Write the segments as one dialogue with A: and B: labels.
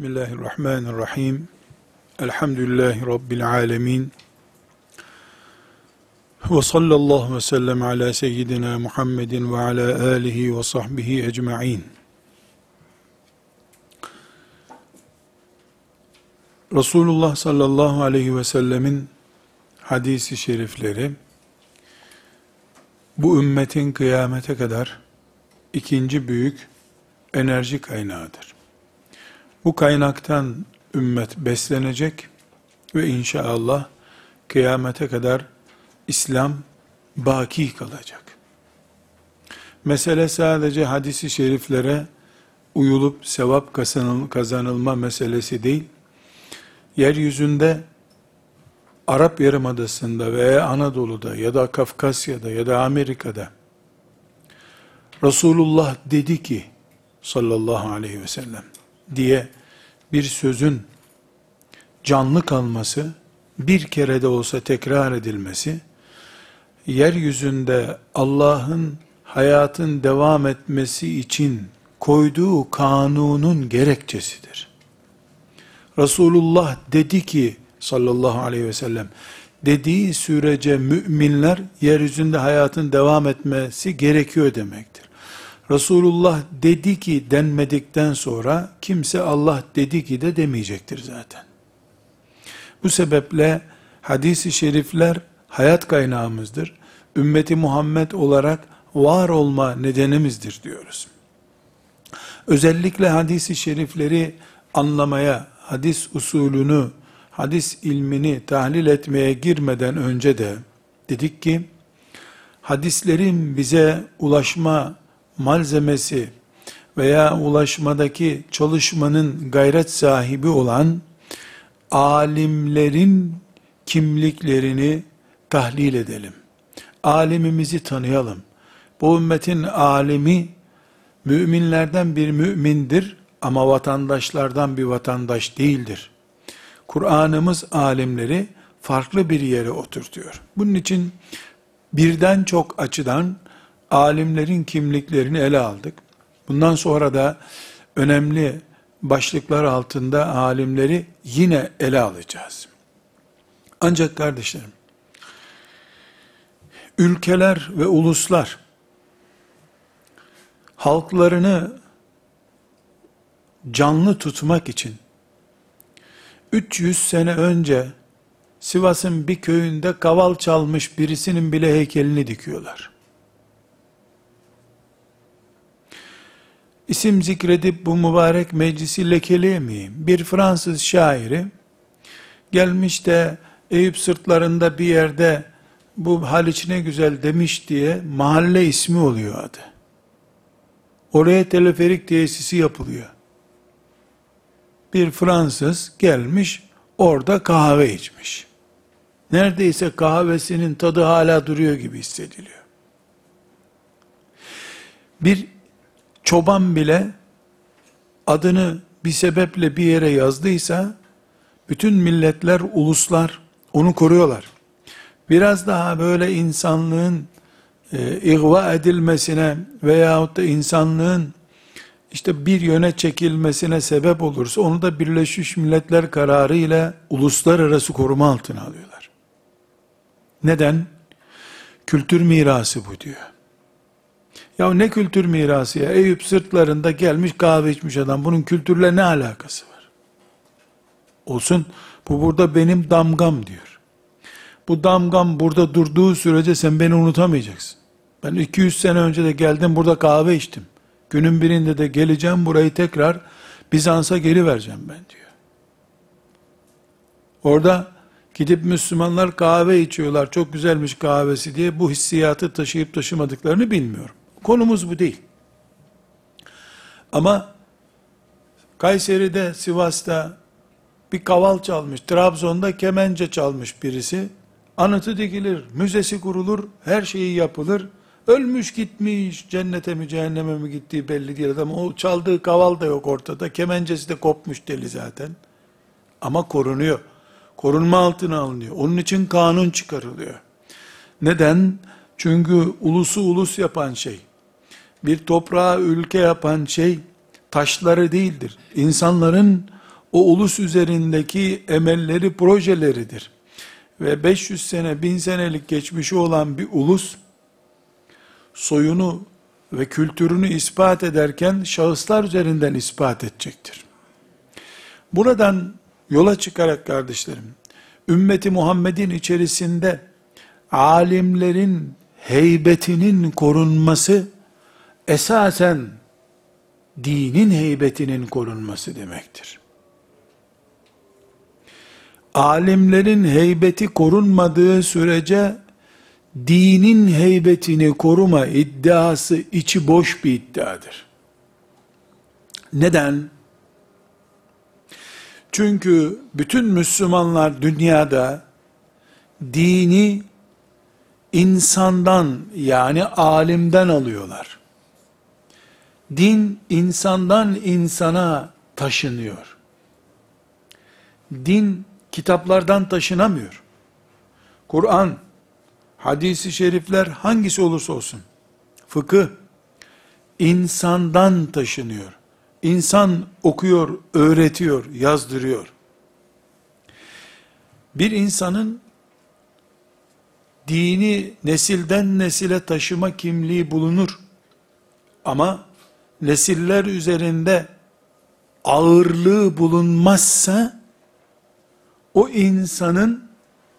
A: Bismillahirrahmanirrahim. Elhamdülillahi Rabbil alemin. Ve sallallahu ve sellem ala seyyidina Muhammedin ve ala alihi ve sahbihi ecma'in. Resulullah sallallahu aleyhi ve sellemin hadisi şerifleri, bu ümmetin kıyamete kadar ikinci büyük enerji kaynağıdır. Bu kaynaktan ümmet beslenecek ve inşallah kıyamete kadar İslam baki kalacak. Mesele sadece hadis-i şeriflere uyulup sevap kazanılma meselesi değil, yeryüzünde Arap Yarımadası'nda veya Anadolu'da ya da Kafkasya'da ya da Amerika'da Resulullah dedi ki sallallahu aleyhi ve sellem diye bir sözün canlı kalması, bir kere de olsa tekrar edilmesi, yeryüzünde Allah'ın hayatın devam etmesi için koyduğu kanunun gerekçesidir. Resulullah dedi ki sallallahu aleyhi ve sellem, dediği sürece müminler yeryüzünde hayatın devam etmesi gerekiyor demektir. Resulullah dedi ki denmedikten sonra kimse Allah dedi ki de demeyecektir zaten. Bu sebeple hadis-i şerifler hayat kaynağımızdır. Ümmeti Muhammed olarak var olma nedenimizdir diyoruz. Özellikle hadis-i şerifleri anlamaya, hadis usulünü, hadis ilmini tahlil etmeye girmeden önce de dedik ki, hadislerin bize ulaşma malzemesi veya ulaşmadaki çalışmanın gayret sahibi olan alimlerin kimliklerini tahlil edelim. Alimimizi tanıyalım. Bu ümmetin alimi müminlerden bir mümindir ama vatandaşlardan bir vatandaş değildir. Kur'an'ımız alimleri farklı bir yere oturtuyor. Bunun için birden çok açıdan alimlerin kimliklerini ele aldık. Bundan sonra da önemli başlıklar altında alimleri yine ele alacağız. Ancak kardeşlerim, ülkeler ve uluslar halklarını canlı tutmak için 300 sene önce Sivas'ın bir köyünde kaval çalmış birisinin bile heykelini dikiyorlar. İsim zikredip bu mübarek meclisi lekeleyemeyeyim. Bir Fransız şairi gelmiş de Eyüp sırtlarında bir yerde bu Haliç ne güzel demiş diye mahalle ismi oluyor adı. Oraya teleferik tesisi yapılıyor. Bir Fransız gelmiş orada kahve içmiş. Neredeyse kahvesinin tadı hala duruyor gibi hissediliyor. Bir çoban bile adını bir sebeple bir yere yazdıysa, bütün milletler, uluslar onu koruyorlar. Biraz daha böyle insanlığın ihva edilmesine veyahut da insanlığın işte bir yöne çekilmesine sebep olursa, onu da Birleşmiş Milletler kararı ile uluslararası koruma altına alıyorlar. Neden? Kültür mirası bu diyor. Ya ne kültür mirası ya? Eyüp sırtlarında gelmiş kahve içmiş adam. Bunun kültürle ne alakası var? Olsun, bu burada benim damgam diyor. Bu damgam burada durduğu sürece sen beni unutamayacaksın. Ben 200 sene önce de geldim burada kahve içtim. Günün birinde de geleceğim burayı tekrar Bizans'a geri vereceğim ben diyor. Orada gidip Müslümanlar kahve içiyorlar. Çok güzelmiş kahvesi diye bu hissiyatı taşıyıp taşımadıklarını bilmiyorum. Konumuz bu değil. Ama Kayseri'de, Sivas'ta bir kaval çalmış, Trabzon'da kemence çalmış birisi, anıtı dikilir, müzesi kurulur, her şeyi yapılır. Ölmüş gitmiş, cennete mi cehenneme mi gittiği belli değil adam. O çaldığı kaval da yok ortada, kemencesi de kopmuş deli zaten. Ama korunuyor. Korunma altına alınıyor. Onun için kanun çıkarılıyor. Neden? Çünkü ulusu ulus yapan şey, bir toprağı ülke yapan şey, taşları değildir. İnsanların o ulus üzerindeki emelleri, projeleridir. Ve 500 sene, 1000 senelik geçmişi olan bir ulus, soyunu ve kültürünü ispat ederken, şahıslar üzerinden ispat edecektir. Buradan yola çıkarak kardeşlerim, ümmeti Muhammed'in içerisinde, alimlerin heybetinin korunması, esasen, dinin heybetinin korunması demektir. Alimlerin heybeti korunmadığı sürece, dinin heybetini koruma iddiası içi boş bir iddiadır. Neden? Çünkü bütün Müslümanlar dünyada, dini insandan, yani alimden alıyorlar. Din insandan insana taşınıyor. Din kitaplardan taşınamıyor. Kur'an, hadis-i şerifler hangisi olursa olsun, fıkıh, insandan taşınıyor. İnsan okuyor, öğretiyor, yazdırıyor. Bir insanın dini nesilden nesile taşıma kimliği bulunur. Ama nesiller üzerinde ağırlığı bulunmazsa, o insanın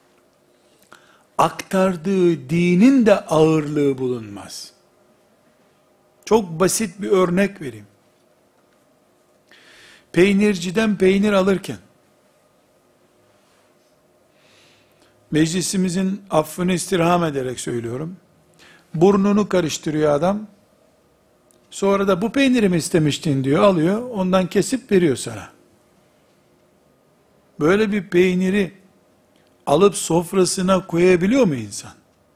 A: aktardığı dinin de ağırlığı bulunmaz. Çok basit bir örnek vereyim. Peynirciden peynir alırken, meclisimizin affını istirham ederek söylüyorum, burnunu karıştırıyor adam, sonra da bu peyniri mi istemiştin diyor, alıyor, ondan kesip veriyor sana. Böyle bir peyniri alıp sofrasına koyabiliyor mu insan?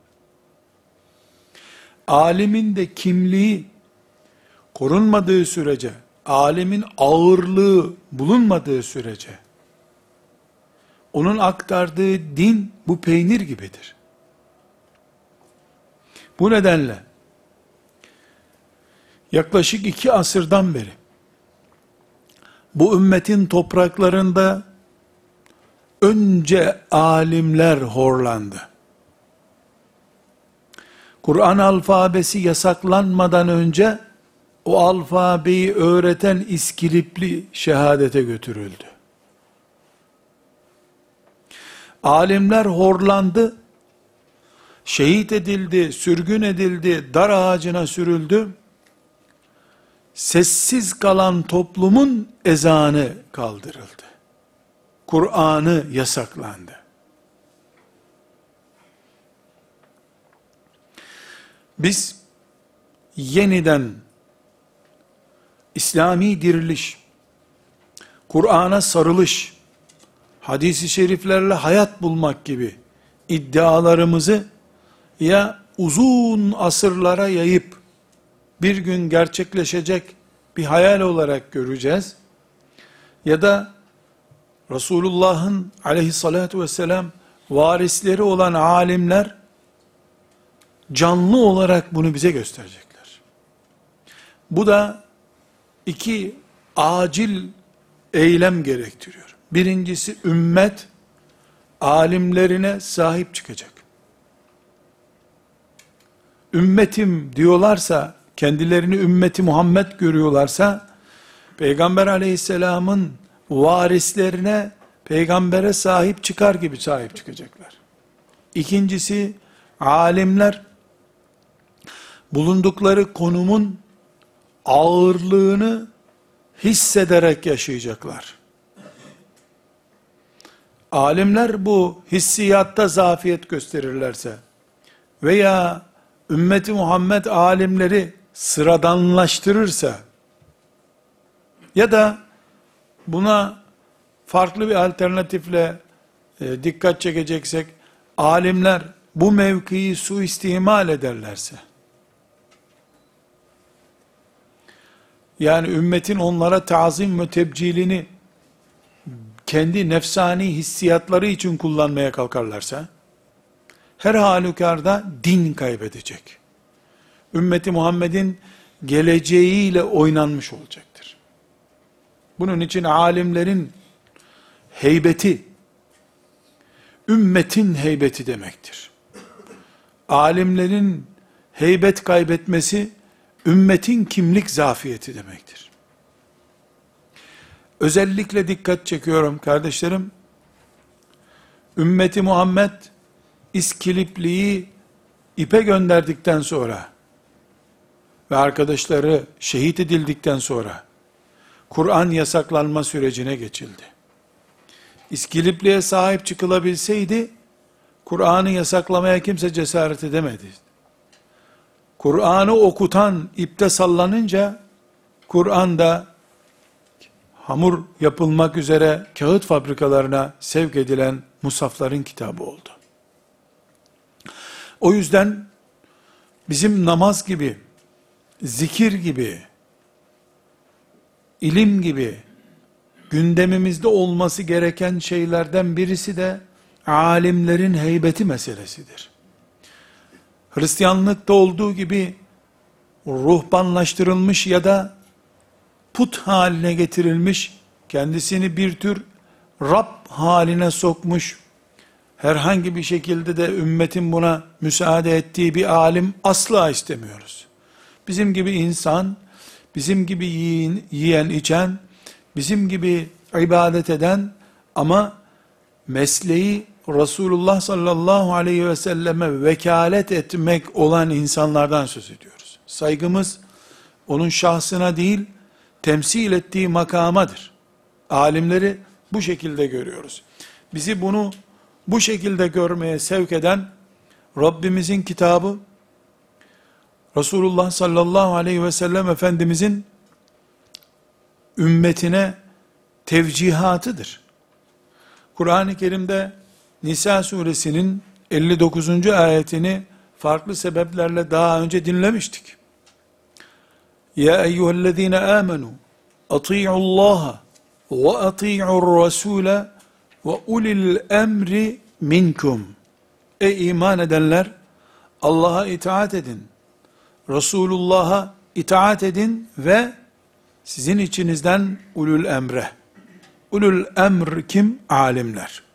A: Alimin de kimliği korunmadığı sürece, alimin ağırlığı bulunmadığı sürece, onun aktardığı din bu peynir gibidir. Bu nedenle, yaklaşık 2 asırdan beri, bu ümmetin topraklarında, önce alimler horlandı. Kur'an alfabesi yasaklanmadan önce, o alfabeyi öğreten İskilipli şehadete götürüldü. Alimler horlandı, şehit edildi, sürgün edildi, dar ağacına sürüldü. Sessiz kalan toplumun ezanı kaldırıldı. Kur'an'ı yasaklandı. Biz yeniden İslami diriliş, Kur'an'a sarılış, hadis-i şeriflerle hayat bulmak gibi iddialarımızı ya uzun asırlara yayıp bir gün gerçekleşecek bir hayal olarak göreceğiz, ya da Resulullah'ın aleyhissalatu vesselam varisleri olan alimler canlı olarak bunu bize gösterecekler. Bu da 2 acil eylem gerektiriyor. Birincisi, ümmet alimlerine sahip çıkacak. Ümmetim diyorlarsa, kendilerini ümmeti Muhammed görüyorlarsa, Peygamber aleyhisselamın varislerine, peygambere sahip çıkar gibi sahip çıkacaklar. İkincisi, alimler bulundukları konumun ağırlığını hissederek yaşayacaklar. Alimler bu hissiyatta zafiyet gösterirlerse veya ümmeti Muhammed alimleri sıradanlaştırırsa ya da buna farklı bir alternatifle dikkat çekeceksek, alimler bu mevkiyi suistimal ederlerse, yani ümmetin onlara tazim ve tebcilini kendi nefsani hissiyatları için kullanmaya kalkarlarsa, her halükarda din kaybedecek. Ümmeti Muhammed'in geleceğiyle oynanmış olacaktır. Bunun için alimlerin heybeti, ümmetin heybeti demektir. Alimlerin heybet kaybetmesi, ümmetin kimlik zafiyeti demektir. Özellikle dikkat çekiyorum kardeşlerim. Ümmeti Muhammed, İskilipli'yi ipe gönderdikten sonra ve arkadaşları şehit edildikten sonra, Kur'an yasaklanma sürecine geçildi. İskilipli'ye sahip çıkılabilseydi, Kur'an'ı yasaklamaya kimse cesaret edemedi. Kur'an'ı okutan ipte sallanınca, Kur'an'da hamur yapılmak üzere kağıt fabrikalarına sevk edilen musafların kitabı oldu. O yüzden bizim namaz gibi, zikir gibi, ilim gibi gündemimizde olması gereken şeylerden birisi de alimlerin heybeti meselesidir. Hristiyanlıkta olduğu gibi ruhbanlaştırılmış ya da put haline getirilmiş, kendisini bir tür Rab haline sokmuş, herhangi bir şekilde de ümmetin buna müsaade ettiği bir alim asla istemiyoruz. Bizim gibi insan, bizim gibi yiyen içen, bizim gibi ibadet eden ama mesleği Resulullah sallallahu aleyhi ve selleme vekalet etmek olan insanlardan söz ediyoruz. Saygımız onun şahsına değil, temsil ettiği makamadır. Alimleri bu şekilde görüyoruz. Bizi bunu bu şekilde görmeye sevk eden Rabbimizin kitabı, Resulullah sallallahu aleyhi ve sellem Efendimizin ümmetine tevcihatıdır. Kur'an-ı Kerim'de Nisa suresinin 59. ayetini farklı sebeplerle daha önce dinlemiştik. Ya eyyühellezine amenu ati'ullaha ve ati'ur rasule ve ulil emri minkum. Ey iman edenler, Allah'a itaat edin, Resulullah'a itaat edin ve sizin içinizden ulul emre. Ulul emr kim? Alimler.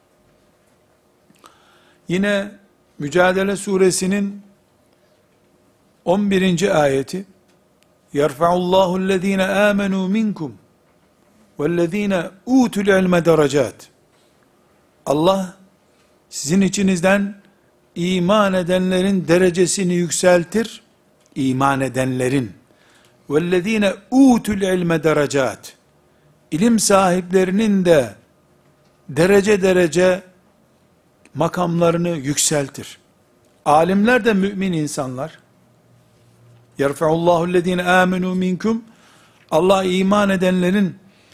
A: Yine Mücadele suresinin 11. ayeti يَرْفَعُ اللّٰهُ الَّذ۪ينَ آمَنُوا مِنْكُمْ وَالَّذ۪ينَ اُوتُوا الْعِلْمَ دَرَجَاتٍ. Allah sizin içinizden iman edenlerin derecesini yükseltir. İman edenlerin. وَالَّذ۪ينَ اُوتُوا الْعِلْمَ دَرَجَاتٍ. İlim sahiplerinin de derece derece makamlarını yükseltir. Alimler de mümin insanlar. يَرْفَعُ اللّٰهُ الَّذ۪ينَ آمَنُوا مِنْكُمْ. Allah iman edenlerin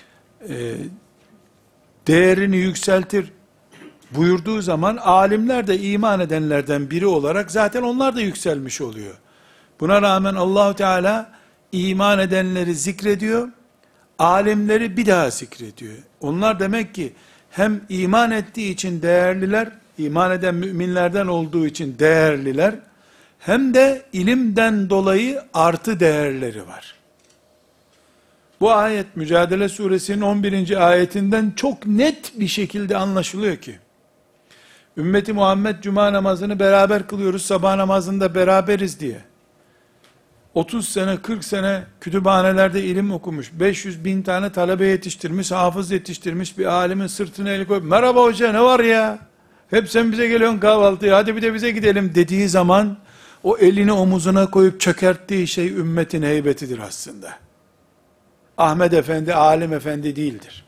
A: değerini yükseltir buyurduğu zaman, alimler de iman edenlerden biri olarak zaten onlar da yükselmiş oluyor. Buna rağmen Allahu Teala iman edenleri zikrediyor, alimleri bir daha zikrediyor. Onlar demek ki hem iman ettiği için değerliler, iman eden müminlerden olduğu için değerliler, hem de ilimden dolayı artı değerleri var. Bu ayet Mücadele suresinin 11. ayetinden çok net bir şekilde anlaşılıyor ki, ümmeti Muhammed cuma namazını beraber kılıyoruz, sabah namazında beraberiz diye, 30 sene 40 sene kütüphanelerde ilim okumuş, 500 bin tane talebe yetiştirmiş, hafız yetiştirmiş bir alimin sırtına eli koyup, merhaba hoca ne var ya, hep sen bize geliyorsun kahvaltıya, hadi bir de bize gidelim dediği zaman, o elini omuzuna koyup çökerttiği şey ümmetin heybetidir aslında. Ahmet Efendi, alim efendi değildir.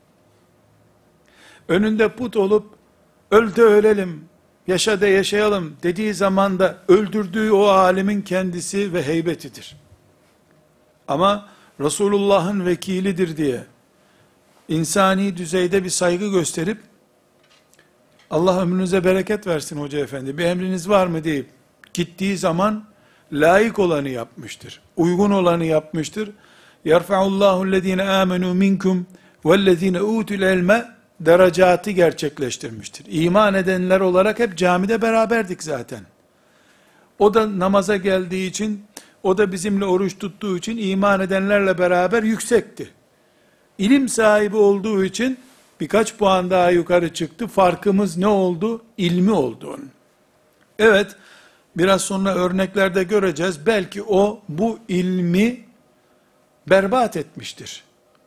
A: Önünde put olup, öl de ölelim, yaşa da yaşayalım dediği zaman da öldürdüğü o alimin kendisi ve heybetidir. Ama Resulullah'ın vekilidir diye insani düzeyde bir saygı gösterip, Allah ömrünüze bereket versin hoca efendi, bir emriniz var mı deyip gittiği zaman layık olanı yapmıştır. Uygun olanı yapmıştır. يَرْفَعُ اللّٰهُ الَّذ۪ينَ آمَنُوا مِنْكُمْ وَالَّذ۪ينَ اُوتُوا الْعِلْمَ derecatı gerçekleştirmiştir. İman edenler olarak hep camide beraberdik zaten. O da namaza geldiği için, o da bizimle oruç tuttuğu için iman edenlerle beraber yüksekti. İlim sahibi olduğu için birkaç puan daha yukarı çıktı. Farkımız ne oldu? İlmi oldu onun. Evet, biraz sonra örneklerde göreceğiz. Belki o bu ilmi berbat etmiştir.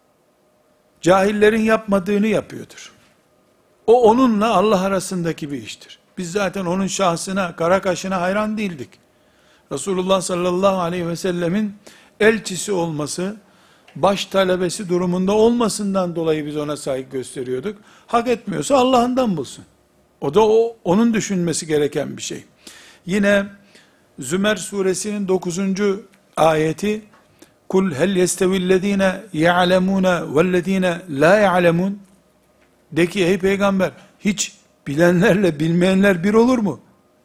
A: Cahillerin yapmadığını yapıyordur. O onunla Allah arasındaki bir iştir. Biz zaten onun şahsına, kara kaşına hayran değildik. Resulullah sallallahu aleyhi ve sellemin elçisi olması, baş talebesi durumunda olmasından dolayı biz ona saygı gösteriyorduk. Hak etmiyorsa Allah'ından bulsun. O da onun düşünmesi gereken bir şey. Yine Zümer suresinin 9. ayeti, Kul hel yestevillezine ya'lemune vellezine la ya'lemun. De ki ey peygamber, hiç bilenlerle bilmeyenler bir olur mu?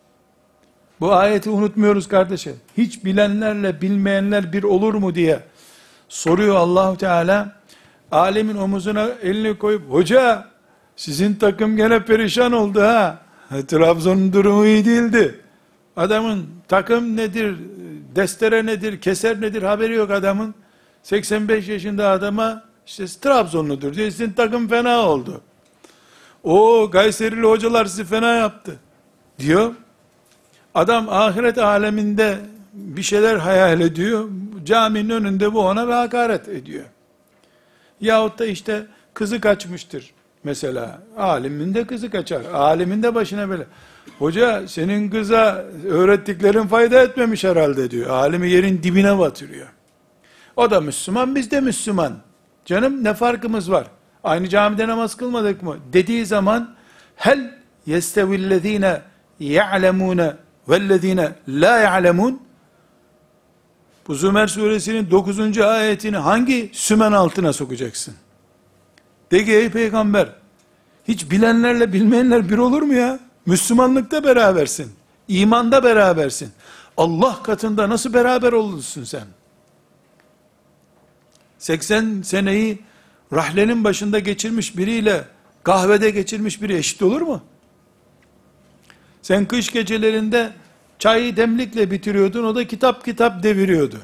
A: Bu ayeti unutmuyoruz kardeşim. Hiç bilenlerle bilmeyenler bir olur mu diye soruyor Allahu Teala. Alemin omuzuna elini koyup, hoca sizin takım gene perişan oldu ha. Trabzon'un durumu iyi değildi. Adamın takım nedir, destere nedir, keser nedir haberi yok adamın. 85 yaşında adama işte Trabzonludur diyor. Sizin takım fena oldu. O Kayserili hocalar sizi fena yaptı diyor. Adam ahiret aleminde bir şeyler hayal ediyor. Caminin önünde bu ona bir hakaret ediyor. Yahut da işte kızı kaçmıştır mesela. Alimin de kızı kaçar. Alimin de başına böyle. Hoca senin kıza öğrettiklerin fayda etmemiş herhalde diyor. Alimi yerin dibine batırıyor. O da Müslüman, biz de Müslüman. Canım ne farkımız var? Aynı camide namaz kılmadık mı? Dediği zaman hel yestevillezine ya'lemune vellezine la ya'lemun. Bu Zümer suresinin 9. ayetini hangi sümen altına sokacaksın? De ki ey peygamber, hiç bilenlerle bilmeyenler bir olur mu ya? Müslümanlıkta berabersin. İmanda berabersin. Allah katında nasıl beraber olursun sen? 80 seneyi rahlenin başında geçirmiş biriyle kahvede geçirmiş biri eşit olur mu? Sen kış gecelerinde çayı demlikle bitiriyordun, o da kitap kitap deviriyordu.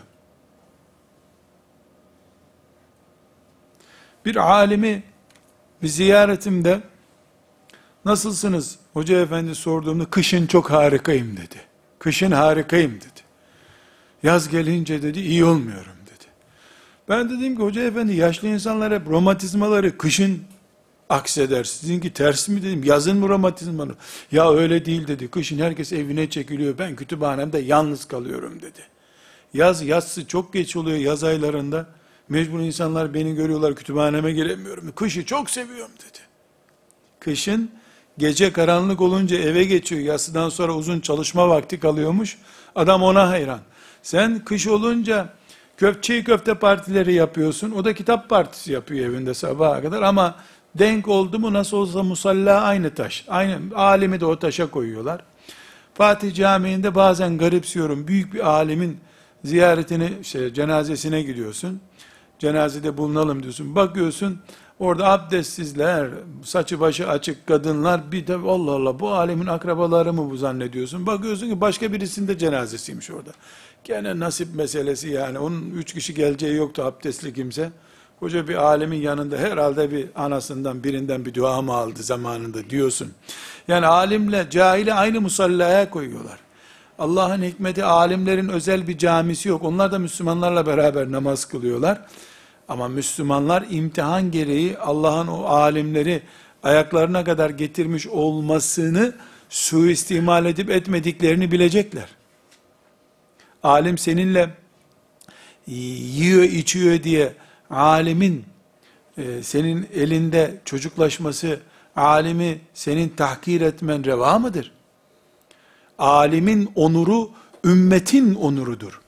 A: Bir alimi bir ziyaretimde, nasılsınız hoca efendi sorduğumda, kışın çok harikayım dedi. Kışın harikayım dedi. Yaz gelince dedi iyi olmuyorum dedi. Ben dedim ki hoca efendi, yaşlı insanlar hep romatizmaları kışın akseder. Sizinki ters mi dedim. Yazın mı romatizmalı? Ya öyle değil dedi. Kışın herkes evine çekiliyor. Ben kütüphanemde yalnız kalıyorum dedi. Yatsı çok geç oluyor yaz aylarında. Mecbur insanlar beni görüyorlar, kütüphaneme giremiyorum. Kışı çok seviyorum dedi. Kışın gece karanlık olunca eve geçiyor. Yatsıdan sonra uzun çalışma vakti kalıyormuş. Adam ona hayran. Sen kış olunca çiğ köfte partileri yapıyorsun. O da kitap partisi yapıyor evinde sabaha kadar ama denk oldu mu nasıl olsa musalla aynı taş. Aynı alimi de o taşa koyuyorlar. Fatih Camii'nde bazen garipsiyorum. Büyük bir alimin ziyaretini, cenazesine gidiyorsun. Cenazede bulunalım diyorsun. Bakıyorsun orada abdestsizler, saçı başı açık kadınlar, bir de Allah Allah bu alemin akrabaları mı bu zannediyorsun. Bakıyorsun ki başka birisinin de cenazesiymiş orada. Gene nasip meselesi yani. Onun 3 kişi geleceği yoktu abdestli kimse. Koca bir alemin yanında herhalde bir anasından birinden bir dua mı aldı zamanında diyorsun. Yani alimle cahili aynı musallaya koyuyorlar. Allah'ın hikmeti, alimlerin özel bir camisi yok. Onlar da Müslümanlarla beraber namaz kılıyorlar. Ama Müslümanlar imtihan gereği Allah'ın o alimleri ayaklarına kadar getirmiş olmasını suistimal edip etmediklerini bilecekler. Alim seninle yiyor içiyor diye alimin senin elinde çocuklaşması, alimi senin tahkir etmen reva mıdır? Alimin onuru ümmetin onurudur.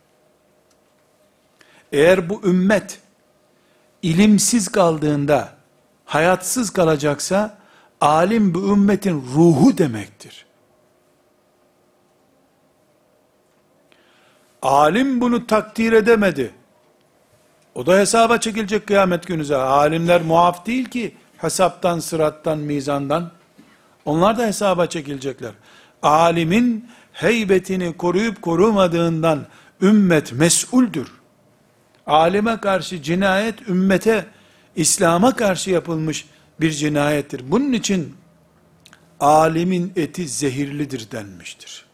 A: Eğer bu ümmet ilimsiz kaldığında hayatsız kalacaksa alim bu ümmetin ruhu demektir. Alim bunu takdir edemedi. O da hesaba çekilecek kıyamet günü. Alimler muaf değil ki hesaptan, sırattan, mizandan. Onlar da hesaba çekilecekler. Alimin heybetini koruyup korumadığından ümmet mes'uldür. Alime karşı cinayet ümmete, İslam'a karşı yapılmış bir cinayettir. Bunun için alimin eti zehirlidir denmiştir.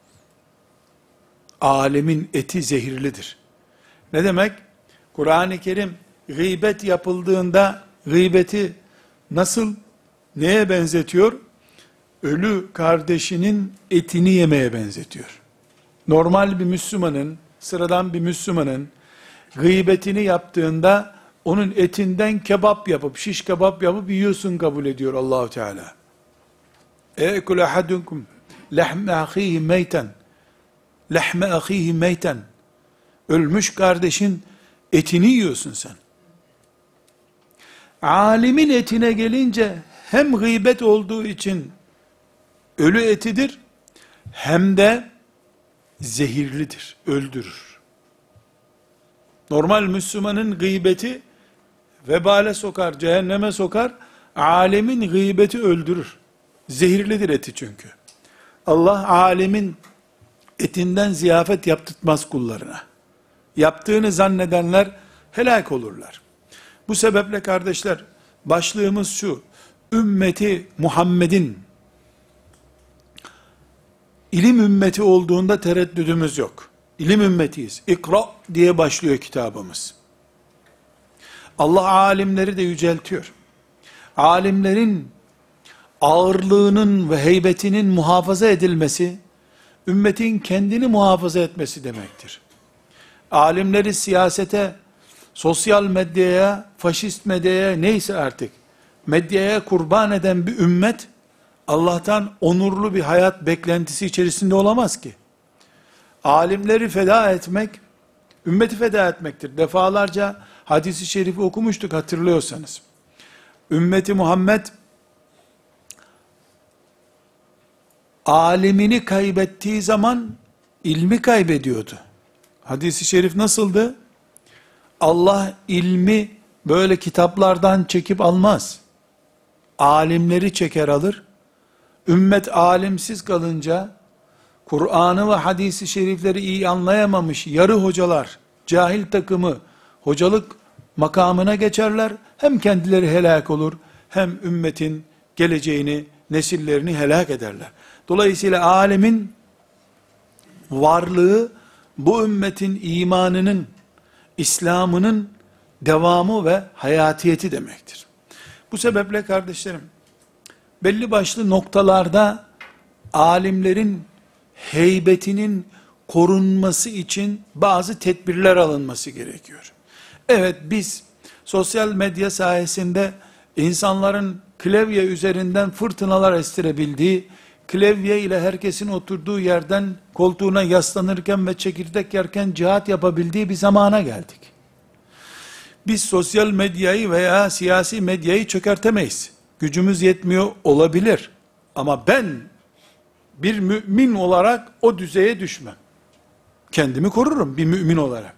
A: Alimin eti zehirlidir. Ne demek? Kur'an-ı Kerim gıybet yapıldığında gıybeti nasıl, neye benzetiyor? Ölü kardeşinin etini yemeye benzetiyor. Normal bir Müslümanın, sıradan bir Müslümanın gıybetini yaptığında onun etinden kebap yapıp, şiş kebap yapıp yiyorsun kabul ediyor Allahu Teala. E'ekul ahadukum lehme ahihi meyten. Lehme ahihi meyten. Ölmüş kardeşin etini yiyorsun sen. Alimin etine gelince hem gıybet olduğu için ölü etidir, hem de zehirlidir, öldürür. Normal Müslümanın gıybeti vebale sokar, cehenneme sokar. Alemin gıybeti öldürür. Zehirlidir eti çünkü. Allah alemin etinden ziyafet yaptırtmaz kullarına. Yaptığını zannedenler helak olurlar. Bu sebeple kardeşler, başlığımız şu: ümmeti Muhammed'in ilim ümmeti olduğunda tereddüdümüz yok. İlim ümmetiyiz. İkra diye başlıyor kitabımız. Allah alimleri de yüceltiyor. Alimlerin ağırlığının ve heybetinin muhafaza edilmesi, ümmetin kendini muhafaza etmesi demektir. Alimleri siyasete, sosyal medyaya, faşist medyaya, neyse artık, medyaya kurban eden bir ümmet, Allah'tan onurlu bir hayat beklentisi içerisinde olamaz ki. Alimleri feda etmek, ümmeti feda etmektir. Defalarca hadisi şerifi okumuştuk hatırlıyorsanız. Ümmeti Muhammed, alimini kaybettiği zaman ilmi kaybediyordu. Hadis-i şerif nasıldı? Allah ilmi böyle kitaplardan çekip almaz. Alimleri çeker alır. Ümmet alimsiz kalınca, Kur'an'ı ve hadisi şerifleri iyi anlayamamış yarı hocalar, cahil takımı hocalık makamına geçerler. Hem kendileri helak olur, hem ümmetin geleceğini, nesillerini helak ederler. Dolayısıyla alemin varlığı, bu ümmetin imanının, İslam'ının devamı ve hayatiyeti demektir. Bu sebeple kardeşlerim, belli başlı noktalarda alimlerin heybetinin korunması için bazı tedbirler alınması gerekiyor. Evet, biz sosyal medya sayesinde insanların klavye üzerinden fırtınalar estirebildiği, klavye ile herkesin oturduğu yerden koltuğuna yaslanırken ve çekirdek yerken cihat yapabildiği bir zamana geldik. Biz sosyal medyayı veya siyasi medyayı çökertemeyiz. Gücümüz yetmiyor olabilir. Ama ben bir mümin olarak o düzeye düşmem. Kendimi korurum bir mümin olarak.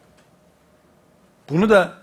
A: Bunu da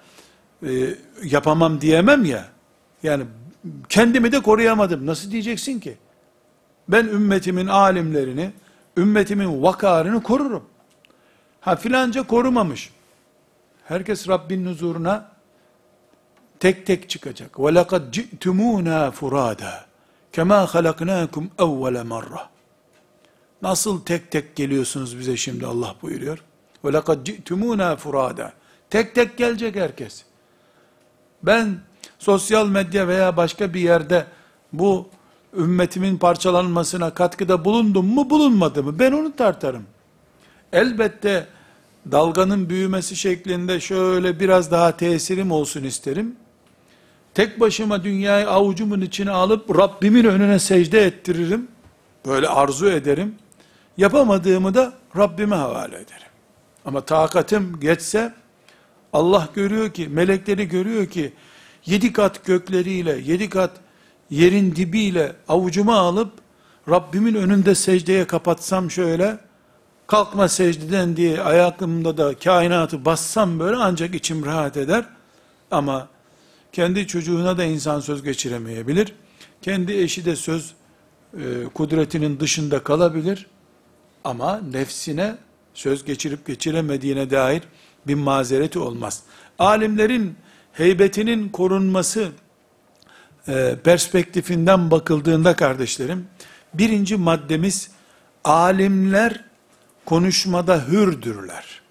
A: yapamam diyemem ya. Yani kendimi de koruyamadım. Nasıl diyeceksin ki? Ben ümmetimin alimlerini, ümmetimin vakarını korurum. Ha filanca korumamış. Herkes Rabbinin huzuruna tek tek çıkacak. وَلَقَدْ جِئْتُمُونَا فُرَادًا كَمَا خَلَقْنَاكُمْ اَوَّلَ مَرَّةً. Nasıl tek tek geliyorsunuz bize şimdi, Allah buyuruyor. وَلَقَدْ جِئْتُمُونَا فُرَادًا. Tek tek gelecek herkes. Ben sosyal medya veya başka bir yerde bu ümmetimin parçalanmasına katkıda bulundum mu bulunmadı mı? Ben onu tartarım. Elbette dalganın büyümesi şeklinde şöyle biraz daha tesirim olsun isterim. Tek başıma dünyayı avucumun içine alıp Rabbimin önüne secde ettiririm. Böyle arzu ederim. Yapamadığımı da Rabbime havale ederim. Ama takatim geçse, Allah görüyor ki, melekleri görüyor ki, 7 kat gökleriyle, 7 kat yerin dibiyle avucuma alıp, Rabbimin önünde secdeye kapatsam şöyle, kalkma secdeden diye ayakımda da kainatı bassam böyle, ancak içim rahat eder. Ama kendi çocuğuna da insan söz geçiremeyebilir. Kendi eşi de söz kudretinin dışında kalabilir. Ama nefsine söz geçirip geçiremediğine dair bir mazereti olmaz. Alimlerin heybetinin korunması perspektifinden bakıldığında kardeşlerim, birinci maddemiz, alimler konuşmada hürdürler.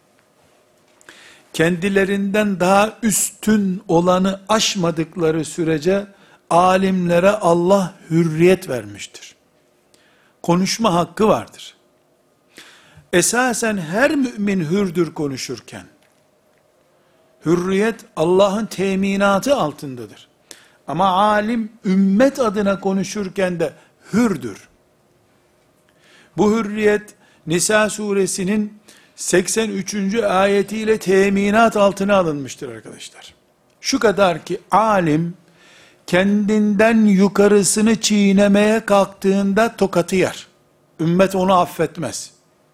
A: Kendilerinden daha üstün olanı aşmadıkları sürece alimlere Allah hürriyet vermiştir. Konuşma hakkı vardır. Esasen her mümin hürdür konuşurken. Hürriyet Allah'ın teminatı altındadır. Ama alim ümmet adına konuşurken de hürdür. Bu hürriyet Nisa suresinin 83. ayetiyle teminat altına alınmıştır arkadaşlar. Şu kadar ki alim kendinden yukarısını çiğnemeye kalktığında tokatı yer. Ümmet onu affetmez.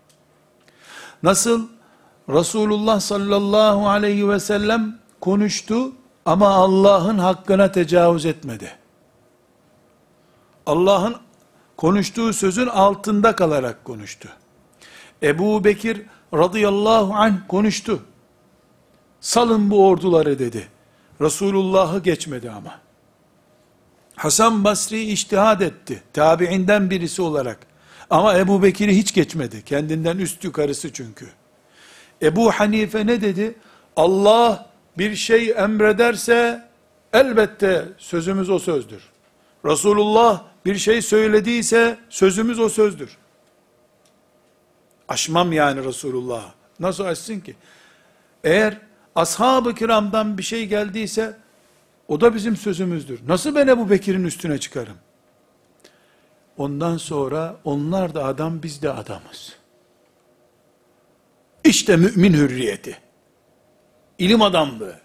A: Nasıl Resulullah sallallahu aleyhi ve sellem konuştu ama Allah'ın hakkına tecavüz etmedi. Allah'ın konuştuğu sözün altında kalarak konuştu. Ebu Bekir radıyallahu anh konuştu. Salın bu orduları dedi. Resulullah'ı geçmedi ama. Hasan Basri içtihad etti. Tabiinden birisi olarak. Ama Ebu Bekir'i hiç geçmedi. Kendinden üst yukarısı çünkü. Ebu Hanife ne dedi? Allah bir şey emrederse elbette sözümüz o sözdür. Resulullah bir şey söylediyse sözümüz o sözdür. Aşmam yani Resulullah. Nasıl aşsın ki? Eğer ashab-ı kiramdan bir şey geldiyse o da bizim sözümüzdür. Nasıl ben Ebu Bekir'in üstüne çıkarım? Ondan sonra onlar da adam, biz de adamız. İşte mümin hürriyeti. İlim adamlığı.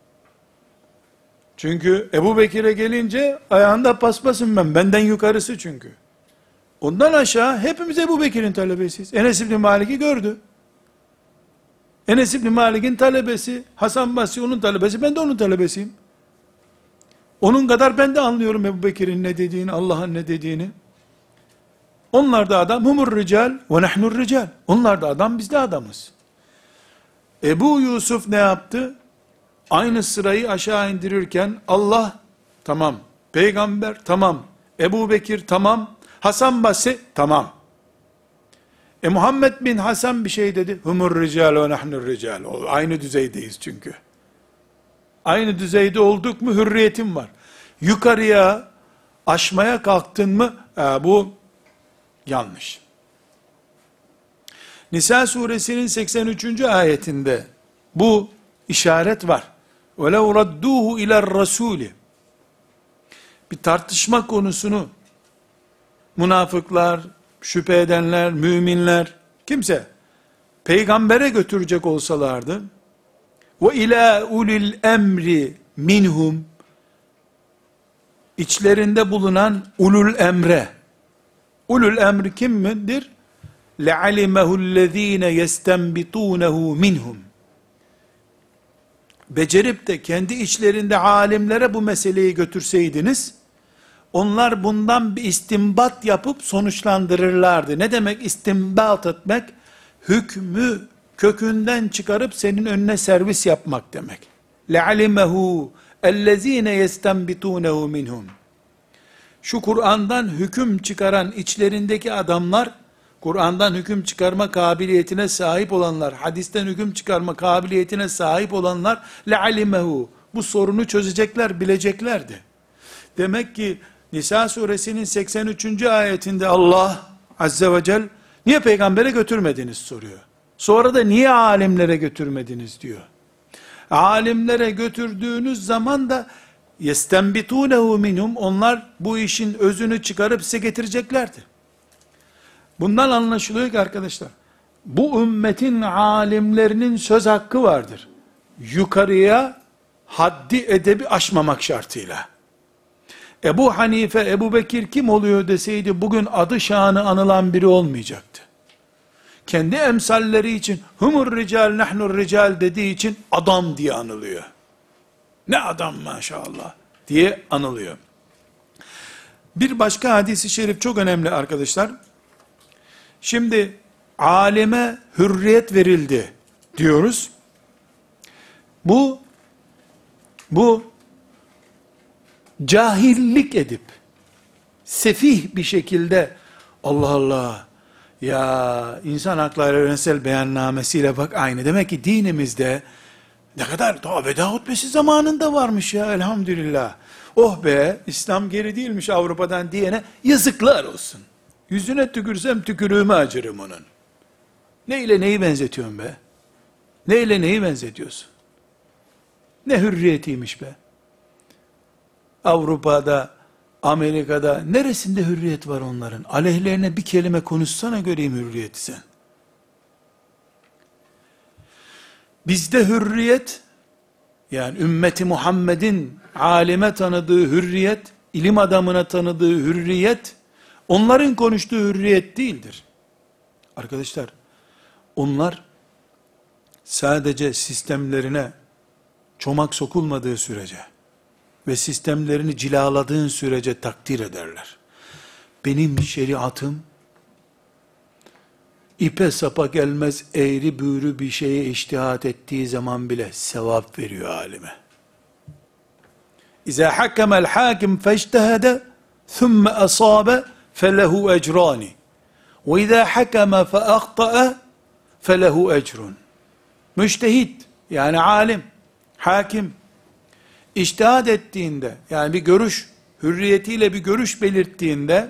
A: Çünkü Ebu Bekir'e gelince ayağında paspasım ben. Benden yukarısı çünkü. Ondan aşağı hepimiz Ebu Bekir'in talebesiyiz. Enes İbni Malik'i gördü. Enes İbni Malik'in talebesi, Hasan Basri onun talebesi, ben de onun talebesiyim. Onun kadar ben de anlıyorum Ebu Bekir'in ne dediğini, Allah'ın ne dediğini. Onlar da adam, humur rical ve nahnur rical. Onlar da adam, biz de adamız. Ebu Yusuf ne yaptı? Aynı sırayı aşağı indirirken Allah tamam, peygamber tamam, Ebu Bekir tamam, Hasan Basri tamam. Muhammed bin Hasan bir şey dedi. Humur rical ve nahnur rical. Aynı düzeydeyiz çünkü. Aynı düzeyde olduk mu hürriyetim var. Yukarıya aşmaya kalktın mı bu yanlış. Nisa suresinin 83. ayetinde bu işaret var. وَلَوْ رَدُّوهُ اِلَى الرَّسُولِ Bir tartışma konusunu münafıklar, şüphe edenler, müminler, kimse peygambere götürecek olsalardı وَاِلَى اُلِي الْاَمْرِ minhum içlerinde bulunan ulul emre, ulul emri kim midir? لَعَلِمَهُ الَّذ۪ينَ يَسْتَنْبِطُونَهُ minhum becerip de kendi içlerinde alimlere bu meseleyi götürseydiniz, onlar bundan bir istinbat yapıp sonuçlandırırlardı. Ne demek istinbat etmek? Hükmü kökünden çıkarıp senin önüne servis yapmak demek. لَعَلِمَهُ اَلَّذ۪ينَ يَسْتَنْبِطُونَهُ minhum. Şu Kur'an'dan hüküm çıkaran içlerindeki adamlar, Kur'an'dan hüküm çıkarma kabiliyetine sahip olanlar, hadisten hüküm çıkarma kabiliyetine sahip olanlar, لَعَلِمَهُ bu sorunu çözecekler, bileceklerdi. Demek ki Nisa suresinin 83. ayetinde Allah Azze ve Celle, niye peygambere götürmediniz soruyor. Sonra da niye alimlere götürmediniz diyor. Alimlere götürdüğünüz zaman da يَسْتَنْبِطُونَهُ minhum onlar bu işin özünü çıkarıp size getireceklerdi. Bundan anlaşılıyor ki arkadaşlar, bu ümmetin alimlerinin söz hakkı vardır. Yukarıya haddi edebi aşmamak şartıyla. Ebu Hanife, Ebu Bekir kim oluyor deseydi, bugün adı şanı anılan biri olmayacaktı. Kendi emsalleri için, humur rical, nahnur rical dediği için, adam diye anılıyor. Ne adam maşallah diye anılıyor. Bir başka hadis-i şerif çok önemli arkadaşlar. Şimdi, alime hürriyet verildi diyoruz. Bu cahillik edip, sefih bir şekilde, Allah Allah, ya insan hakları evrensel beyannamesiyle bak aynı. Demek ki dinimizde ne kadar daha veda hutbesi zamanında varmış ya, elhamdülillah. Oh be, İslam geri değilmiş Avrupa'dan diyene yazıklar olsun. Yüzüne tükürsem tükürüğümü acırım onun. Neyle neyi benzetiyorsun be? Neyle neyi benzetiyorsun? Ne hürriyetiymiş be? Avrupa'da, Amerika'da neresinde hürriyet var onların? Aleyhlerine bir kelime konuşsana göreyim hürriyeti sen. Bizde hürriyet, yani ümmeti Muhammed'in alime tanıdığı hürriyet, ilim adamına tanıdığı hürriyet, onların konuştuğu hürriyet değildir. Arkadaşlar, onlar sadece sistemlerine çomak sokulmadığı sürece ve sistemlerini cilaladığın sürece takdir ederler. Benim şeriatım, ipe sapa gelmez eğri büğrü bir şeye içtihat ettiği zaman bile sevap veriyor alime. İza hakemel hakim feçtehede thumme asabe felehu ecrani ve izâ hakeme fe ahta'e felehu ecrun. Müştehit, yani alim, hakim, içtihat ettiğinde, yani bir görüş, hürriyetiyle bir görüş belirttiğinde,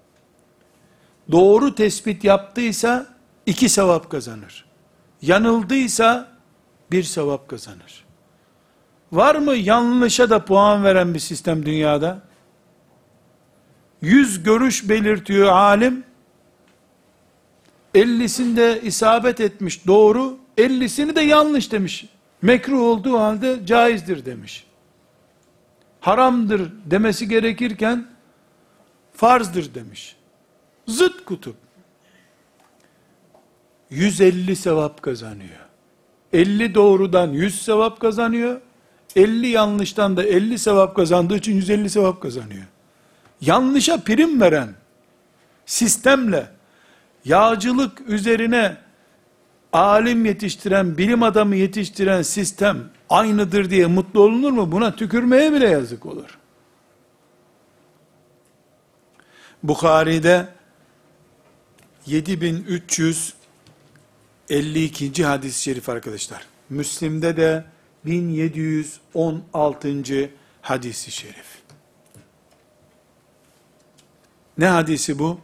A: doğru tespit yaptıysa, 2 sevap kazanır. Yanıldıysa, 1 sevap kazanır. Var mı yanlışa da puan veren bir sistem dünyada? 100 görüş belirtiyor alim, 50'sinde isabet etmiş doğru, 50'sini de yanlış demiş. Mekruh olduğu halde caizdir demiş. Haramdır demesi gerekirken farzdır demiş. Zıt kutup. 150 sevap kazanıyor. 50 doğrudan 100 sevap kazanıyor. 50 yanlıştan da 50 sevap kazandığı için 150 sevap kazanıyor. Yanlışa prim veren sistemle yağcılık üzerine alim yetiştiren, bilim adamı yetiştiren sistem aynıdır diye mutlu olunur mu? Buna tükürmeye bile yazık olur. Bukhari'de 7352. hadis-i şerif arkadaşlar. Müslim'de de 1716. hadis-i şerif. Ne hadisi bu?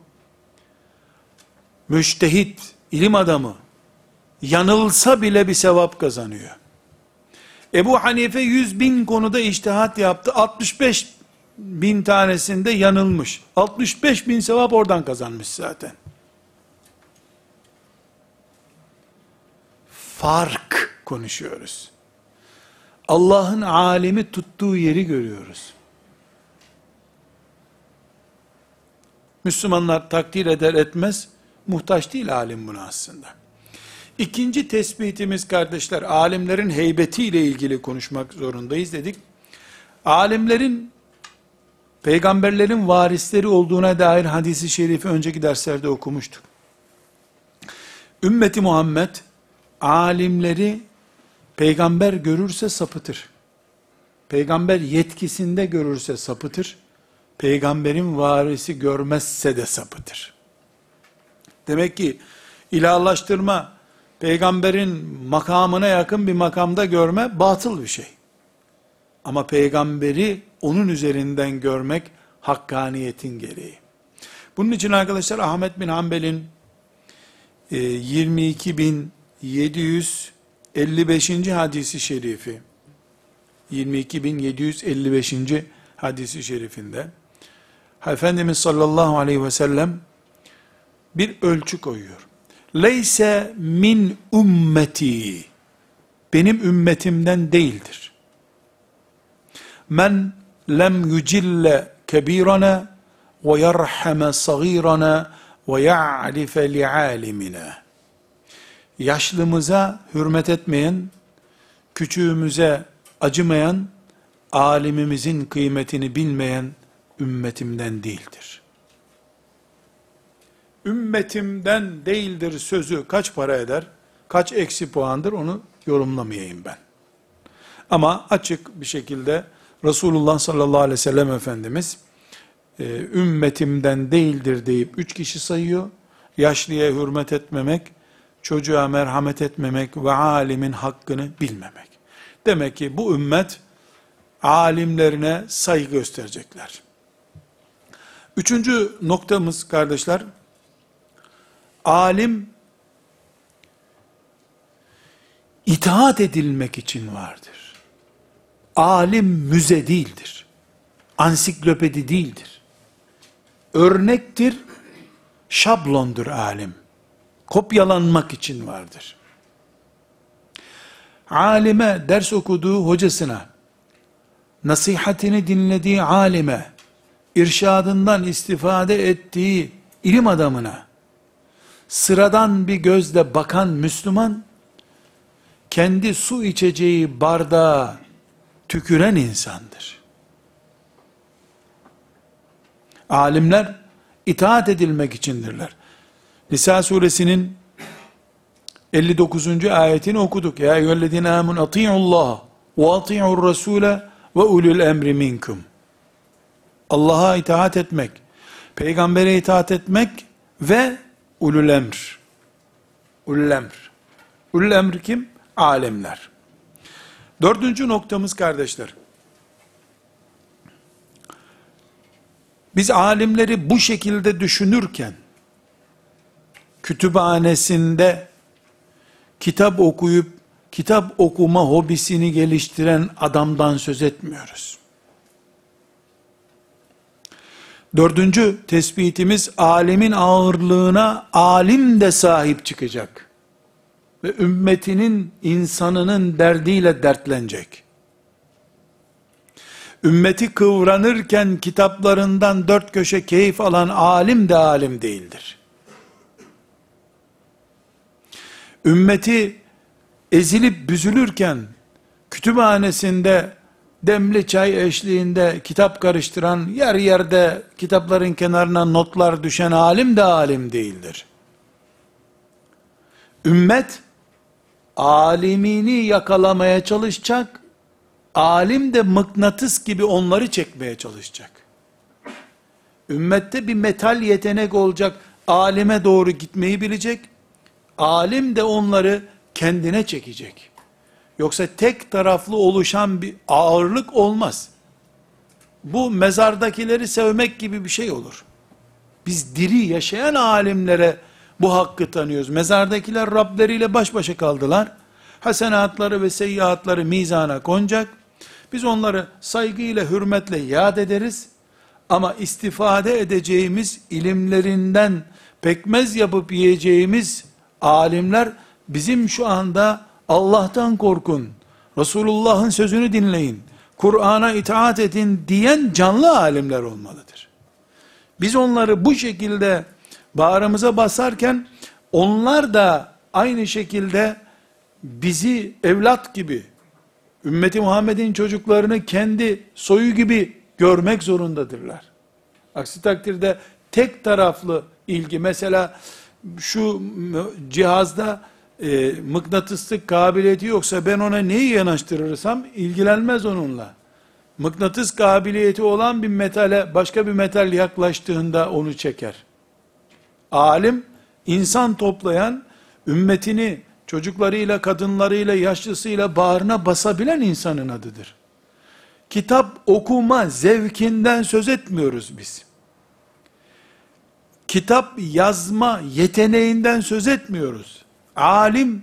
A: Müştehit, ilim adamı, yanılsa bile bir sevap kazanıyor. Ebu Hanife 100.000 konuda içtihat yaptı. 65.000 tanesinde yanılmış. 65.000 sevap oradan kazanmış zaten. Fark konuşuyoruz. Allah'ın alimi tuttuğu yeri görüyoruz. Müslümanlar takdir eder etmez, muhtaç değil alim buna aslında. İkinci tespitimiz kardeşler, alimlerin heybetiyle ilgili konuşmak zorundayız dedik. Alimlerin, peygamberlerin varisleri olduğuna dair hadisi şerifi önceki derslerde okumuştuk. Ümmeti Muhammed, alimleri peygamber görürse sapıtır. Peygamber yetkisinde görürse sapıtır. Peygamberin varisi görmezse de sapıtır. Demek ki ilahlaştırma, peygamberin makamına yakın bir makamda görme batıl bir şey. Ama peygamberi onun üzerinden görmek hakkaniyetin gereği. Bunun için arkadaşlar Ahmet bin Hanbel'in 22.755. hadisi şerifi, 22.755. hadisi şerifinde Efendimiz sallallahu aleyhi ve sellem bir ölçü koyuyor. Leyse min ümmeti, benim ümmetimden değildir. Men lem yücille kebirana ve yerhame sagirana ve ya'rife li'alimina. Yaşlımıza hürmet etmeyen, küçüğümüze acımayan, alimimizin kıymetini bilmeyen ümmetimden değildir. Ümmetimden değildir sözü kaç para eder, kaç eksi puandır onu yorumlamayayım ben. Ama açık bir şekilde Resulullah sallallahu aleyhi ve sellem Efendimiz, ümmetimden değildir deyip 3 kişi sayıyor. Yaşlıya hürmet etmemek, çocuğa merhamet etmemek ve alimin hakkını bilmemek. Demek ki bu ümmet alimlerine saygı gösterecekler. 3. noktamız kardeşler, alim itaat edilmek için vardır. Alim müze değildir. Ansiklopedi değildir. Örnektir, şablondur alim. Kopyalanmak için vardır. Alime, ders okuduğu hocasına, nasihatini dinlediği alime, irşadından istifade ettiği ilim adamına, sıradan bir gözle bakan Müslüman, kendi su içeceği bardağa tüküren insandır. Alimler itaat edilmek içindirler. Nisa suresinin 59. ayetini okuduk. Ya eyyühellezine amun ati'ullah ve ati'ur rasule ve ulul emri minkum. Allah'a itaat etmek, peygambere itaat etmek ve ulul emr. Ulul emr. Ulul emr kim? Alimler. 4. noktamız kardeşler. Biz alimleri bu şekilde düşünürken, kütüphanesinde kitap okuyup, kitap okuma hobisini geliştiren adamdan söz etmiyoruz. 4. tespitimiz, alimin ağırlığına alim de sahip çıkacak. Ve ümmetinin, insanının derdiyle dertlenecek. Ümmeti kıvranırken kitaplarından 4 köşe keyif alan alim de alim değildir. Ümmeti ezilip büzülürken kütüphanesinde demli çay eşliğinde kitap karıştıran, yer yerde kitapların kenarına notlar düşen alim de alim değildir. Ümmet alimini yakalamaya çalışacak, alim de mıknatıs gibi onları çekmeye çalışacak. Ümmette bir metal yetenek olacak, alime doğru gitmeyi bilecek, alim de onları kendine çekecek. Yoksa tek taraflı oluşan bir ağırlık olmaz. Bu mezardakileri sevmek gibi bir şey olur. Biz diri yaşayan alimlere bu hakkı tanıyoruz. Mezardakiler Rableriyle baş başa kaldılar. Hasenatları ve seyyiatları mizana konacak. Biz onları saygıyla, hürmetle yad ederiz. Ama istifade edeceğimiz, ilimlerinden pekmez yapıp yiyeceğimiz alimler, bizim şu anda Allah'tan korkun, Resulullah'ın sözünü dinleyin, Kur'an'a itaat edin diyen canlı alimler olmalıdır. Biz onları bu şekilde bağrımıza basarken, onlar da aynı şekilde bizi evlat gibi, ümmeti Muhammed'in çocuklarını kendi soyu gibi görmek zorundadırlar. Aksi takdirde tek taraflı ilgi, mesela şu cihazda mıknatıslık kabiliyeti yoksa ben ona neyi yanaştırırsam ilgilenmez onunla. Mıknatıs kabiliyeti olan bir metale başka bir metal yaklaştığında onu çeker. Alim, insan toplayan, ümmetini çocuklarıyla, kadınlarıyla, yaşlısıyla bağrına basabilen insanın adıdır. Kitap okuma zevkinden söz etmiyoruz biz. Kitap yazma yeteneğinden söz etmiyoruz. Alim,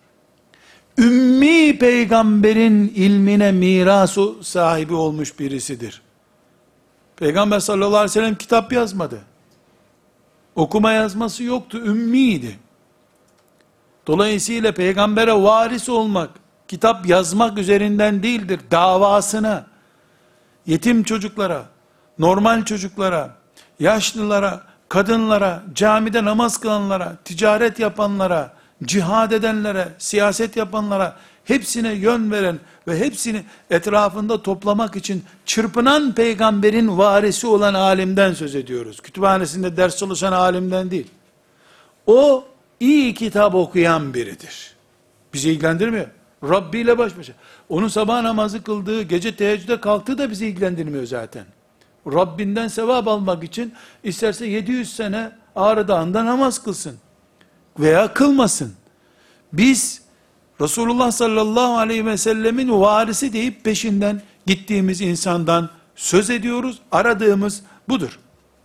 A: ümmi peygamberin ilmine miras sahibi olmuş birisidir. Peygamber sallallahu aleyhi ve sellem kitap yazmadı. Okuma yazması yoktu, ümmiydi. Dolayısıyla peygambere varis olmak, kitap yazmak üzerinden değildir. Davasına, yetim çocuklara, normal çocuklara, yaşlılara, kadınlara, camide namaz kılanlara, ticaret yapanlara, cihad edenlere, siyaset yapanlara, hepsine yön veren ve hepsini etrafında toplamak için çırpınan peygamberin varisi olan alimden söz ediyoruz. Kütüphanesinde ders çalışan alimden değil. O iyi kitap okuyan biridir. Bizi ilgilendirmiyor. Rabbi ile baş başa. Onun sabah namazı kıldığı, gece teheccüde kalktığı da bizi ilgilendirmiyor zaten. Rabbinden sevap almak için isterse 700 sene Ağrı Dağı'nda namaz kılsın. Veya kılmasın. Biz Resulullah sallallahu aleyhi ve sellemin varisi deyip peşinden gittiğimiz insandan söz ediyoruz. Aradığımız budur.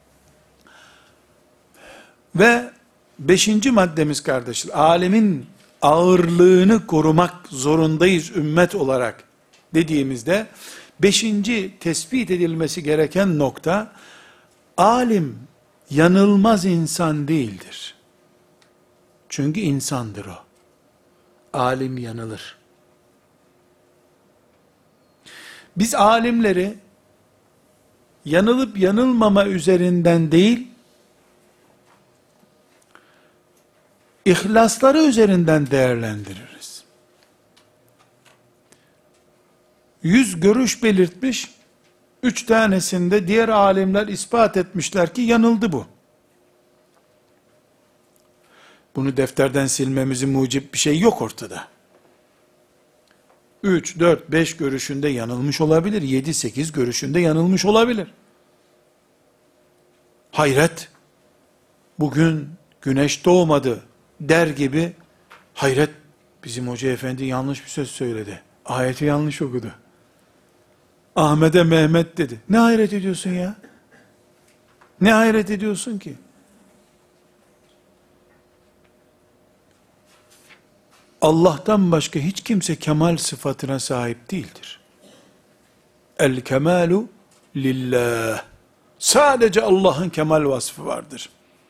A: Ve 5. maddemiz kardeşler, alemin ağırlığını korumak zorundayız ümmet olarak dediğimizde, 5. tespit edilmesi gereken nokta, alim yanılmaz insan değildir. Çünkü insandır o. Alim yanılır. Biz alimleri yanılıp yanılmama üzerinden değil, ihlasları üzerinden değerlendiririz. 100 görüş belirtmiş, 3 tanesinde diğer alimler ispat etmişler ki yanıldı bu. Bunu defterden silmemizin mucib bir şey yok ortada. 3, 4, 5 görüşünde yanılmış olabilir, 7, 8 görüşünde yanılmış olabilir. Hayret, bugün güneş doğmadı der gibi, hayret, bizim hoca efendi yanlış bir söz söyledi. Ayeti yanlış okudu. Ahmet'e Mehmet dedi. Ne hayret ediyorsun ya? Ne hayret ediyorsun ki? Allah'tan başka hiç kimse kemal sıfatına sahip değildir. El kemalu lillah. Sadece Allah'ın kemal vasfı vardır.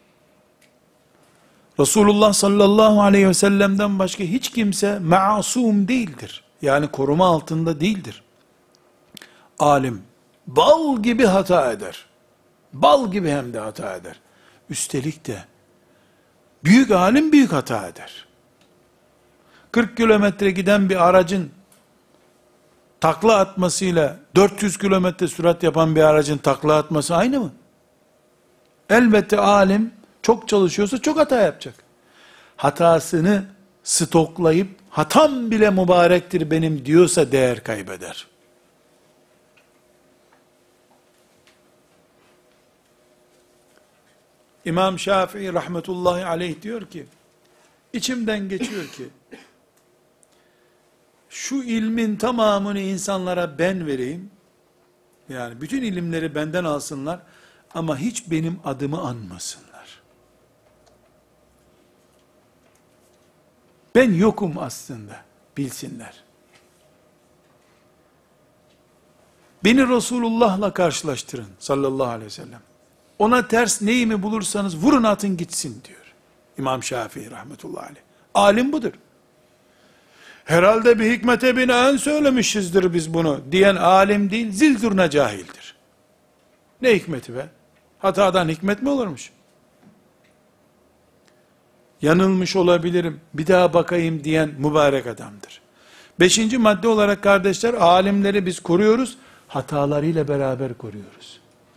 A: Resulullah sallallahu aleyhi ve sellem'den başka hiç kimse masum değildir. Yani koruma altında değildir. Alim bal gibi hata eder. Bal gibi hem de hata eder. Üstelik de büyük alim büyük hata eder. 40 kilometre giden bir aracın takla atmasıyla 400 kilometre sürat yapan bir aracın takla atması aynı mı? Elbette alim çok çalışıyorsa çok hata yapacak. Hatasını stoklayıp hatam bile mübarektir benim diyorsa değer kaybeder. İmam Şafii rahmetullahi aleyh diyor ki, içimden geçiyor ki, şu ilmin tamamını insanlara ben vereyim, yani bütün ilimleri benden alsınlar, ama hiç benim adımı anmasınlar. Ben yokum aslında, bilsinler. Beni Resulullah'la karşılaştırın, sallallahu aleyhi ve sellem. Ona ters neyimi bulursanız vurun atın gitsin diyor. İmam Şafii rahmetullahi aleyh. Alim budur. Herhalde bir hikmete binaen söylemişizdir biz bunu diyen alim değil, zil zurna cahildir. Ne hikmeti be? Hatadan hikmet mi olurmuş? Yanılmış olabilirim, bir daha bakayım diyen mübarek adamdır. 5. madde olarak kardeşler, alimleri biz koruyoruz, hatalarıyla beraber koruyoruz.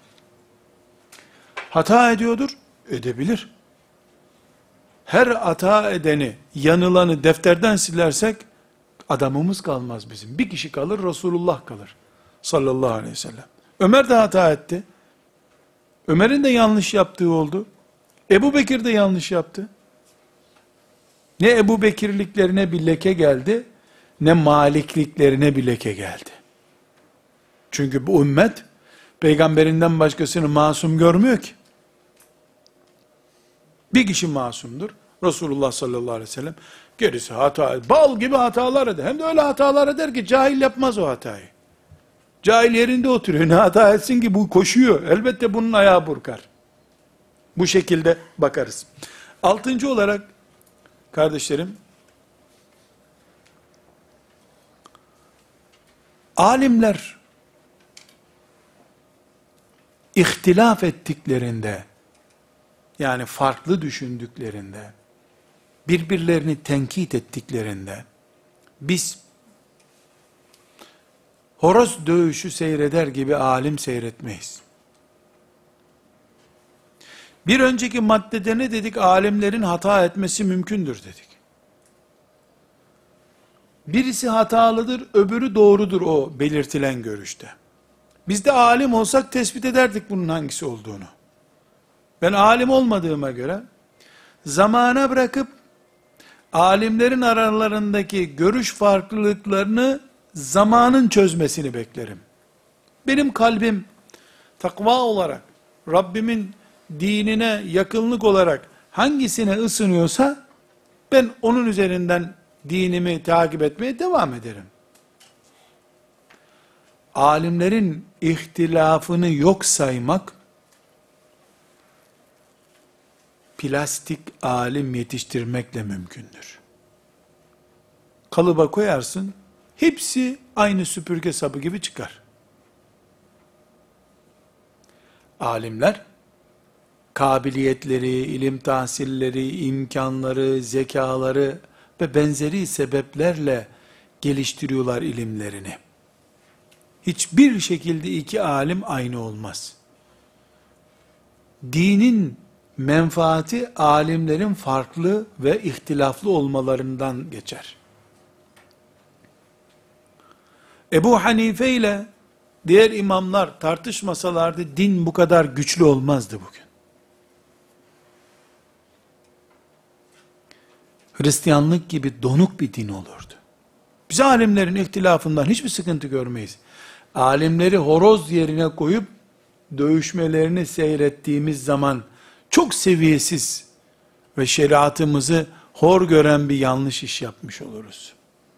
A: Hata ediyordur, edebilir. Her hata edeni, yanılanı defterden silersek, adamımız kalmaz bizim. Bir kişi kalır, Resulullah kalır. Sallallahu aleyhi ve sellem. Ömer de hata etti. Ömer'in de yanlış yaptığı oldu. Ebu Bekir de yanlış yaptı. Ne Ebu Bekirliklerine bir leke geldi, ne Malikliklerine bir leke geldi. Çünkü bu ümmet, peygamberinden başkasını masum görmüyor ki. Bir kişi masumdur. Resulullah sallallahu aleyhi ve sellem. Gerisi hata, bal gibi hatalar eder. Hem de öyle hatalar eder ki cahil yapmaz o hatayı. Cahil yerinde oturuyor. Ne hata etsin ki bu koşuyor. Elbette bunun ayağı burkar. Bu şekilde bakarız. 6. olarak kardeşlerim, alimler ihtilaf ettiklerinde, yani farklı düşündüklerinde, birbirlerini tenkit ettiklerinde, biz horoz dövüşü seyreder gibi alim seyretmeyiz. Bir önceki maddede ne dedik? Alimlerin hata etmesi mümkündür dedik. Birisi hatalıdır, öbürü doğrudur o belirtilen görüşte. Biz de alim olsak tespit ederdik bunun hangisi olduğunu. Ben alim olmadığıma göre zamana bırakıp alimlerin aralarındaki görüş farklılıklarını zamanın çözmesini beklerim. Benim kalbim takva olarak, Rabbimin dinine yakınlık olarak hangisine ısınıyorsa ben onun üzerinden dinimi takip etmeye devam ederim. Alimlerin ihtilafını yok saymak, plastik alim yetiştirmekle mümkündür. Kalıba koyarsın, hepsi aynı süpürge sabı gibi çıkar. Alimler, kabiliyetleri, ilim tahsilleri, imkanları, zekaları ve benzeri sebeplerle geliştiriyorlar ilimlerini. Hiçbir şekilde iki alim aynı olmaz. Dinin menfaati alimlerin farklı ve ihtilaflı olmalarından geçer. Ebu Hanife ile diğer imamlar tartışmasalardı din bu kadar güçlü olmazdı bugün. Hristiyanlık gibi donuk bir din olurdu. Biz alimlerin ihtilafından hiçbir sıkıntı görmeyiz. Alimleri horoz yerine koyup dövüşmelerini seyrettiğimiz zaman çok seviyesiz ve şeriatımızı hor gören bir yanlış iş yapmış oluruz.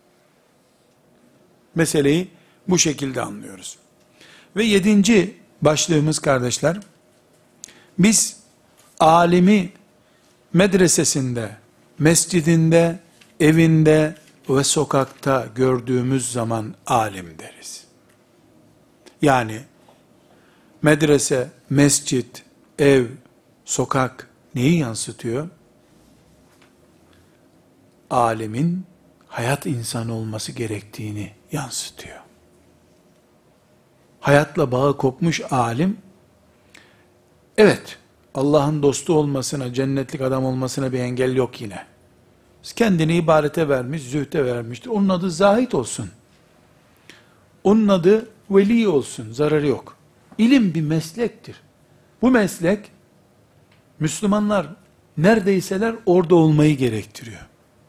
A: Meseleyi bu şekilde anlıyoruz. Ve 7. başlığımız kardeşler, biz alimi medresesinde, mescidinde, evinde ve sokakta gördüğümüz zaman alim deriz. Yani medrese, mescit, ev, sokak neyi yansıtıyor? Alimin hayat insanı olması gerektiğini yansıtıyor. Hayatla bağı kopmuş alim, evet, Allah'ın dostu olmasına, cennetlik adam olmasına bir engel yok yine. Kendini ibadete vermiş, zühde vermiştir. Onun adı zahid olsun. Onun adı veli olsun, zararı yok. İlim bir meslektir. Bu meslek, Müslümanlar neredeyseler orada olmayı gerektiriyor.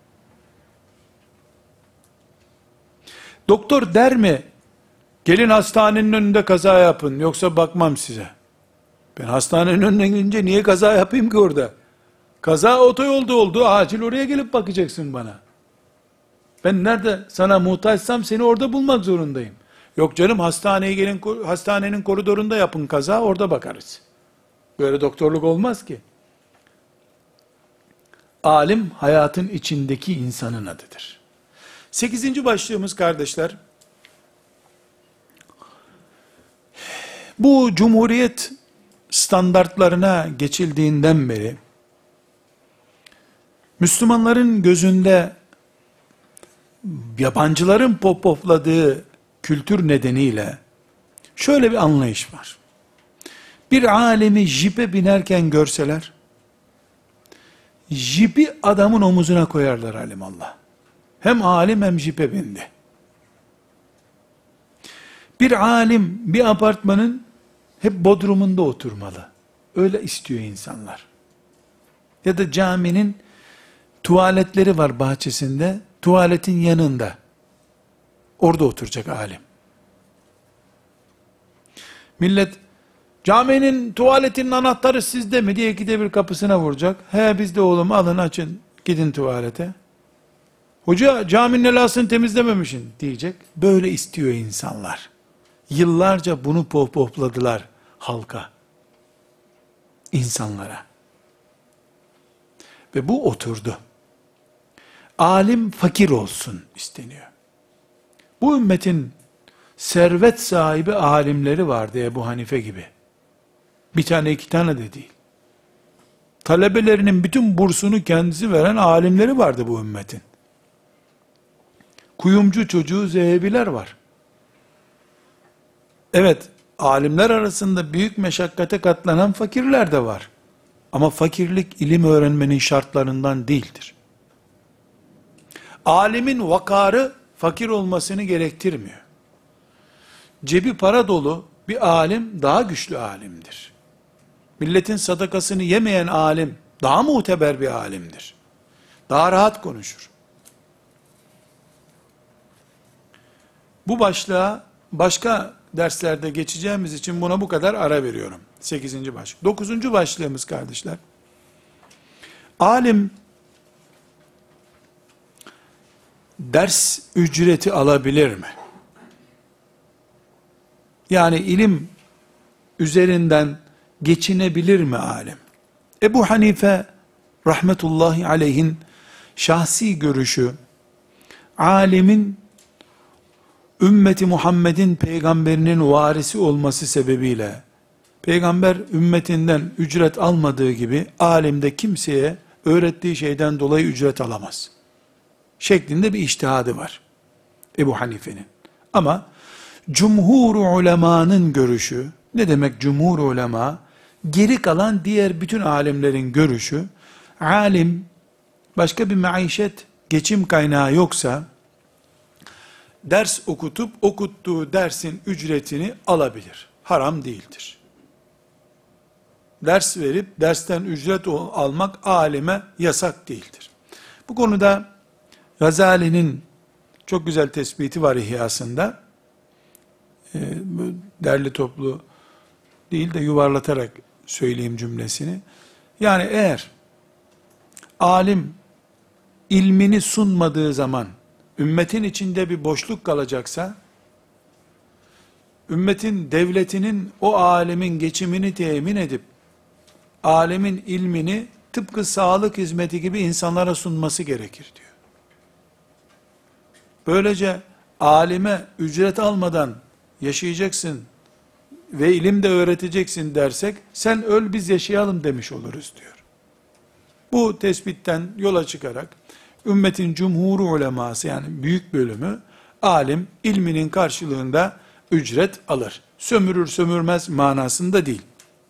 A: Doktor der mi, gelin hastanenin önünde kaza yapın, yoksa bakmam size. Ben hastanenin önüne gidince niye kaza yapayım ki orada? Kaza otoyolda oldu, acil oraya gelip bakacaksın bana. Ben nerede sana muhtaçsam seni orada bulmak zorundayım. Yok canım, hastaneye gelin, hastanenin koridorunda yapın kaza, orada bakarız. Böyle doktorluk olmaz ki. Alim hayatın içindeki insanın adıdır. 8. başlığımız kardeşler, bu cumhuriyet standartlarına geçildiğinden beri, Müslümanların gözünde yabancıların popopladığı kültür nedeniyle şöyle bir anlayış var. Bir alemi jipe binerken görseler, jipi adamın omuzuna koyarlar alimallah. Hem alim hem jipe bindi. Bir alim bir apartmanın hep bodrumunda oturmalı. Öyle istiyor insanlar. Ya da caminin tuvaletleri var bahçesinde, tuvaletin yanında. Orada oturacak alim. Millet, caminin tuvaletinin anahtarı sizde mi diye ikide bir kapısına vuracak. He bizde oğlum, alın açın, gidin tuvalete. Hoca caminin elasını temizlememişsin diyecek. Böyle istiyor insanlar. Yıllarca bunu pohpohladılar halka, insanlara. Ve bu oturdu. Alim fakir olsun isteniyor. Bu ümmetin servet sahibi alimleri vardı Ebu Hanife gibi. Bir tane iki tane de değil. Talebelerinin bütün bursunu kendisi veren alimleri vardı bu ümmetin. Kuyumcu çocuğu Zehebiler var. Evet, alimler arasında büyük meşakkate katlanan fakirler de var. Ama fakirlik ilim öğrenmenin şartlarından değildir. Alimin vakarı fakir olmasını gerektirmiyor. Cebi para dolu bir alim daha güçlü alimdir. Milletin sadakasını yemeyen alim daha muteber bir alimdir. Daha rahat konuşur. Bu başlığa başka derslerde geçeceğimiz için buna bu kadar ara veriyorum. 8. başlık. 9. başlığımız kardeşler. Alim ders ücreti alabilir mi? Yani ilim üzerinden geçinebilir mi alim? Ebu Hanife rahmetullahi aleyhin şahsi görüşü, alimin ümmeti Muhammed'in peygamberinin varisi olması sebebiyle, peygamber ümmetinden ücret almadığı gibi, alim de kimseye öğrettiği şeyden dolayı ücret alamaz şeklinde bir içtihadı var Ebu Hanife'nin. Ama cumhur-u ulemanın görüşü, ne demek cumhur ulema? Geri kalan diğer bütün alimlerin görüşü, alim başka bir maişet, geçim kaynağı yoksa, ders okutup okuttuğu dersin ücretini alabilir. Haram değildir. Ders verip dersten ücret almak alime yasak değildir. Bu konuda Gazali'nin çok güzel tespiti var İhyasında. Derli toplu değil de yuvarlatarak söyleyeyim cümlesini. Yani eğer alim ilmini sunmadığı zaman ümmetin içinde bir boşluk kalacaksa, ümmetin, devletinin o alemin geçimini temin edip, alemin ilmini tıpkı sağlık hizmeti gibi insanlara sunması gerekir diyor. Böylece alime ücret almadan yaşayacaksın ve ilim de öğreteceksin dersek, sen öl biz yaşayalım demiş oluruz diyor. Bu tespitten yola çıkarak, ümmetin cumhuru uleması yani büyük bölümü, alim ilminin karşılığında ücret alır. Sömürür sömürmez manasında değil.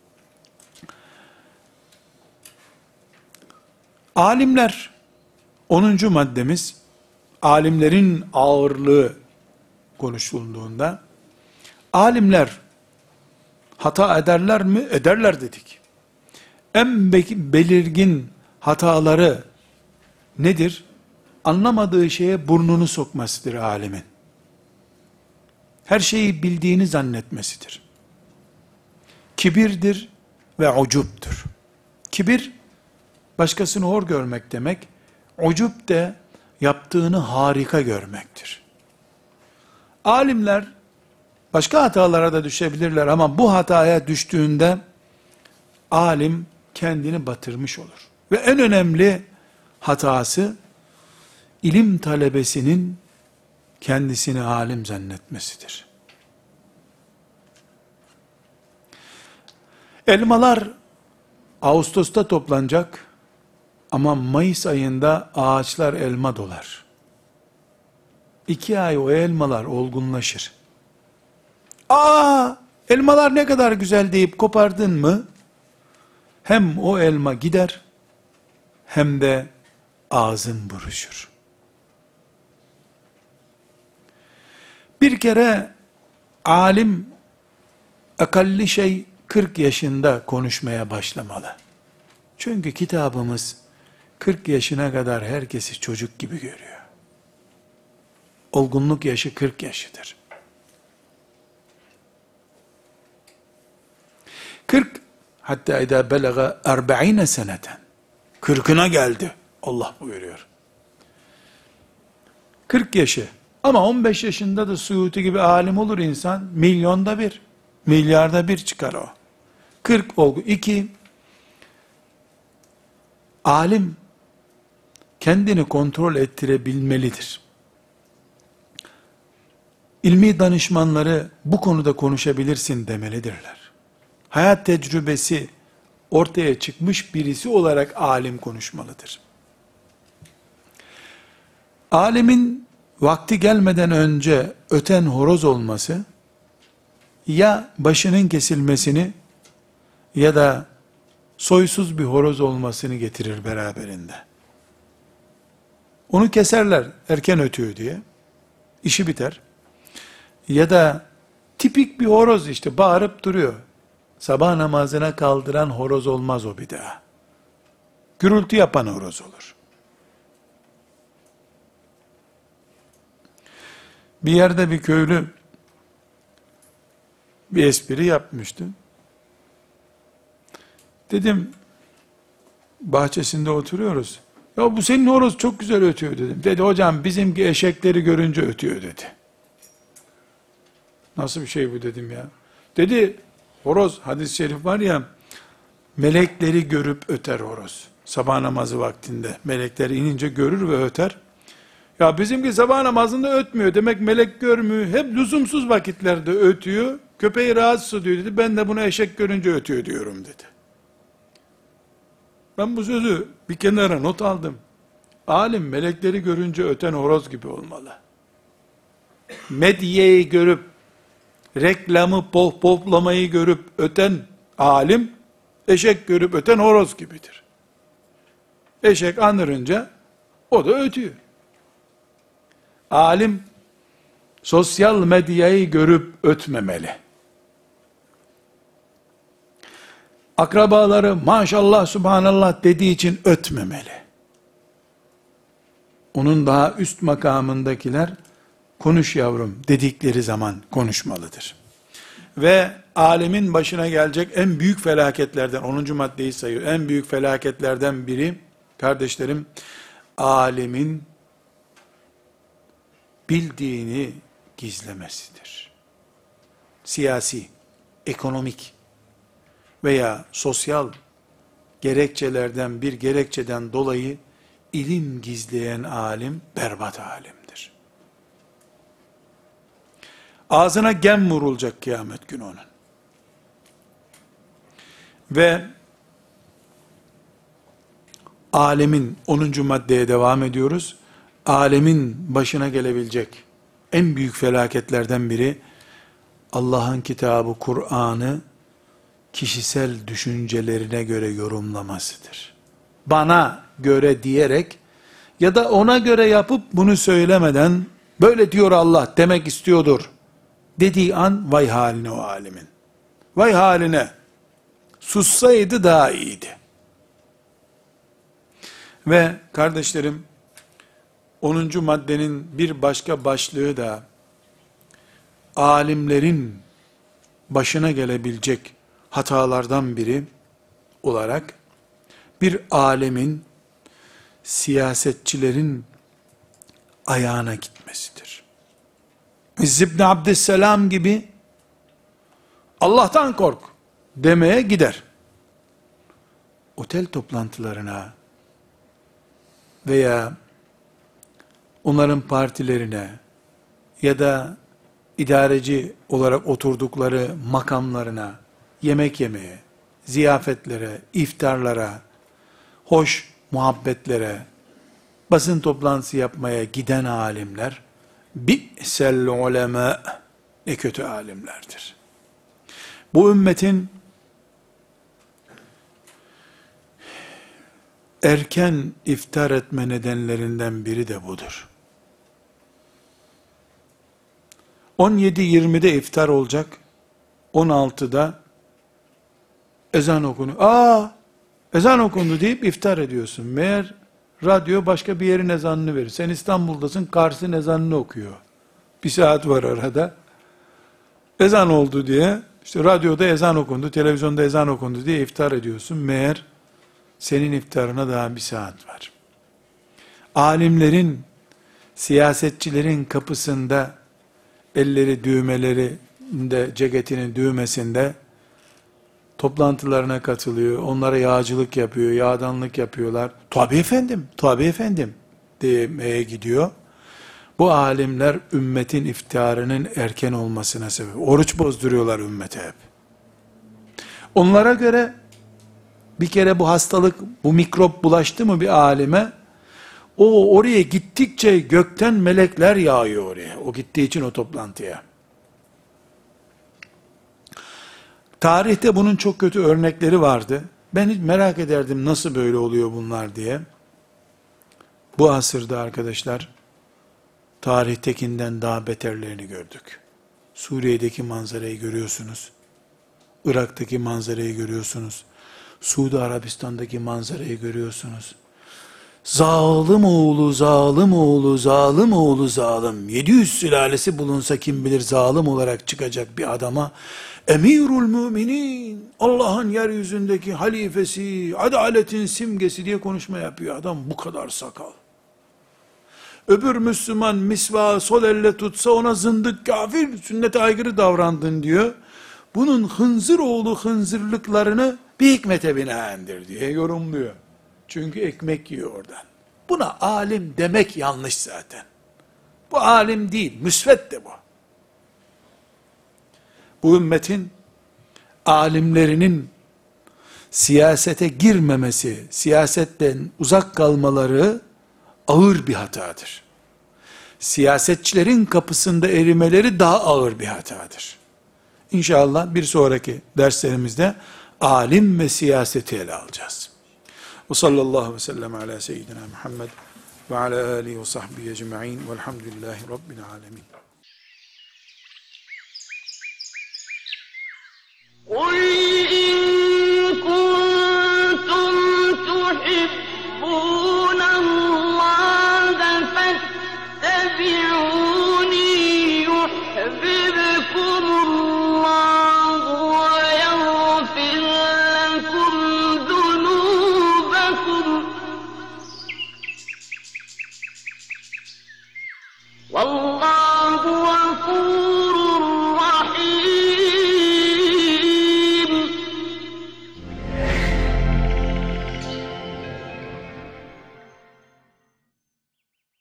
A: Alimler, 10. maddemiz, alimlerin ağırlığı konuşulduğunda, alimler hata ederler mi? Ederler dedik. En belirgin hataları nedir? Anlamadığı şeye burnunu sokmasıdır alimin. Her şeyi bildiğini zannetmesidir. Kibirdir ve ucuptur. Kibir, başkasını hor görmek demek. Ucup de yaptığını harika görmektir. Alimler başka hatalara da düşebilirler ama bu hataya düştüğünde alim kendini batırmış olur. Ve en önemli hatası ilim talebesinin kendisini alim zannetmesidir. Elmalar Ağustos'ta toplanacak ama Mayıs ayında ağaçlar elma dolar. 2 ay o elmalar olgunlaşır. Elmalar ne kadar güzel deyip kopardın mı, hem o elma gider, hem de ağzın buruşur. Bir kere alim akalli şey 40 yaşında konuşmaya başlamalı. Çünkü kitabımız 40 yaşına kadar herkesi çocuk gibi görüyor. Olgunluk yaşı 40 yaşıdır. 40 hatta idâ belaga 40 seneten 40'ına geldi. Allah buyuruyor. 40 yaşı. Ama 15 yaşında da Suyuti gibi alim olur insan. Milyonda bir, milyarda bir çıkar o. 40 olgu. 2, alim kendini kontrol ettirebilmelidir. İlmi danışmanları bu konuda konuşabilirsin demelidirler. Hayat tecrübesi ortaya çıkmış birisi olarak alim konuşmalıdır. Alimin vakti gelmeden önce öten horoz olması, ya başının kesilmesini ya da soysuz bir horoz olmasını getirir beraberinde. Onu keserler erken ötüyor diye. işi biter. Ya da tipik bir horoz işte, bağırıp duruyor. Sabah namazına kaldıran horoz olmaz o bir daha. Gürültü yapan horoz olur. Bir yerde bir köylü bir espri yapmıştı. Dedim, bahçesinde oturuyoruz. Ya bu senin horoz çok güzel ötüyor dedim. Dedi, hocam bizimki eşekleri görünce ötüyor dedi. Nasıl bir şey bu dedim ya. Dedi, horoz, hadis-i şerif var ya, melekleri görüp öter horoz. Sabah namazı vaktinde melekler inince görür ve öter. Ya bizimki sabah namazında ötmüyor. Demek melek görmüyor. Hep lüzumsuz vakitlerde ötüyor. Köpeği rahatsız ediyor dedi. Ben de buna eşek görünce ötüyor diyorum dedi. Ben bu sözü bir kenara not aldım. Alim melekleri görünce öten horoz gibi olmalı. Medyeyi görüp, reklamı pohpohlamayı görüp öten alim, eşek görüp öten horoz gibidir. Eşek anırınca o da ötüyor. Alim sosyal medyayı görüp ötmemeli. Akrabaları maşallah subhanallah dediği için ötmemeli. Onun daha üst makamındakiler konuş yavrum dedikleri zaman konuşmalıdır. Ve alemin başına gelecek en büyük felaketlerden, 10. maddeyi sayıyor. En büyük felaketlerden biri, kardeşlerim, alemin bildiğini gizlemesidir. Siyasi, ekonomik veya sosyal gerekçelerden bir gerekçeden dolayı ilim gizleyen alim berbat alimdir. Ağzına gem vurulacak kıyamet günü onun. Ve alemin 10. maddeye devam ediyoruz. Alemin başına gelebilecek en büyük felaketlerden biri, Allah'ın kitabı Kur'an'ı kişisel düşüncelerine göre yorumlamasıdır. Bana göre diyerek ya da ona göre yapıp bunu söylemeden böyle diyor Allah demek istiyordur dediği an vay haline o alimin. Vay haline. Sussaydı daha iyiydi. Ve kardeşlerim, 10. maddenin bir başka başlığı da alimlerin başına gelebilecek hatalardan biri olarak bir alemin siyasetçilerin ayağına gitmesidir. İzz ibn Abdüsselam gibi Allah'tan kork demeye gider. Otel toplantılarına veya onların partilerine ya da idareci olarak oturdukları makamlarına yemek yemeye, ziyafetlere, iftarlara, hoş muhabbetlere, basın toplantısı yapmaya giden alimler, bi'sel ulema, ne kötü alimlerdir. Bu ümmetin erken iftar etme nedenlerinden biri de budur. 17-20'de iftar olacak, 16'da ezan okunuyor. Ezan okundu deyip iftar ediyorsun. Meğer radyo başka bir yerin ezanını verir. Sen İstanbul'dasın, Kars'ın ezanını okuyor. Bir saat var arada. Ezan oldu diye, işte radyoda ezan okundu, televizyonda ezan okundu diye iftar ediyorsun. Meğer senin iftarına daha bir saat var. Alimlerin, siyasetçilerin kapısında, elleri düğmelerinde, ceketinin düğmesinde, toplantılarına katılıyor, onlara yağcılık yapıyor, yağdanlık yapıyorlar. Tabii efendim, tabii efendim demeye gidiyor. Bu alimler ümmetin iftarının erken olmasına sebep. Oruç bozduruyorlar ümmete hep. Onlara göre bir kere bu hastalık, bu mikrop bulaştı mı bir alime, o oraya gittikçe gökten melekler yağıyor oraya. O gittiği için o toplantıya. Tarihte bunun çok kötü örnekleri vardı. Ben hiç merak ederdim nasıl böyle oluyor bunlar diye. Bu asırda arkadaşlar, Tarihtekinden daha beterlerini gördük. Suriye'deki manzarayı görüyorsunuz. Irak'taki manzarayı görüyorsunuz. Suudi Arabistan'daki manzarayı görüyorsunuz. Zalim oğlu, zalim oğlu, zalim oğlu zalim. 700 sülalesi bulunsa kim bilir zalim olarak çıkacak bir adama Emirül Müminin, Allah'ın yeryüzündeki halifesi, adaletin simgesi diye konuşma yapıyor adam, bu kadar sakal. Öbür Müslüman misvağı sol elle tutsa ona zındık, kafir, sünnete aykırı davrandın diyor. Bunun hınzır oğlu hınzırlıklarını bir hikmete binaendir diye yorumluyor. Çünkü ekmek yiyor oradan. Buna alim demek yanlış zaten. Bu alim değil, müsvet de bu. Bu ümmetin alimlerinin siyasete girmemesi, siyasetten uzak kalmaları ağır bir hatadır. Siyasetçilerin kapısında erimeleri daha ağır bir hatadır. İnşallah bir sonraki derslerimizde alim ve siyaseti ele alacağız. Ve sallallahu ve sellem ala seyyidina Muhammed ve ala alihi ve sahbihi ecma'in velhamdülillahi rabbil alemin.
B: قُلْ إِن كُنتُمْ تُحِبُّونَ اللَّهَ فَاتَّبِعُونِي يُحْبِبْكُمُ اللَّهُ وَيَغْفِرْ لَكُمْ ذُنُوبَكُمْ وَاللَّهُ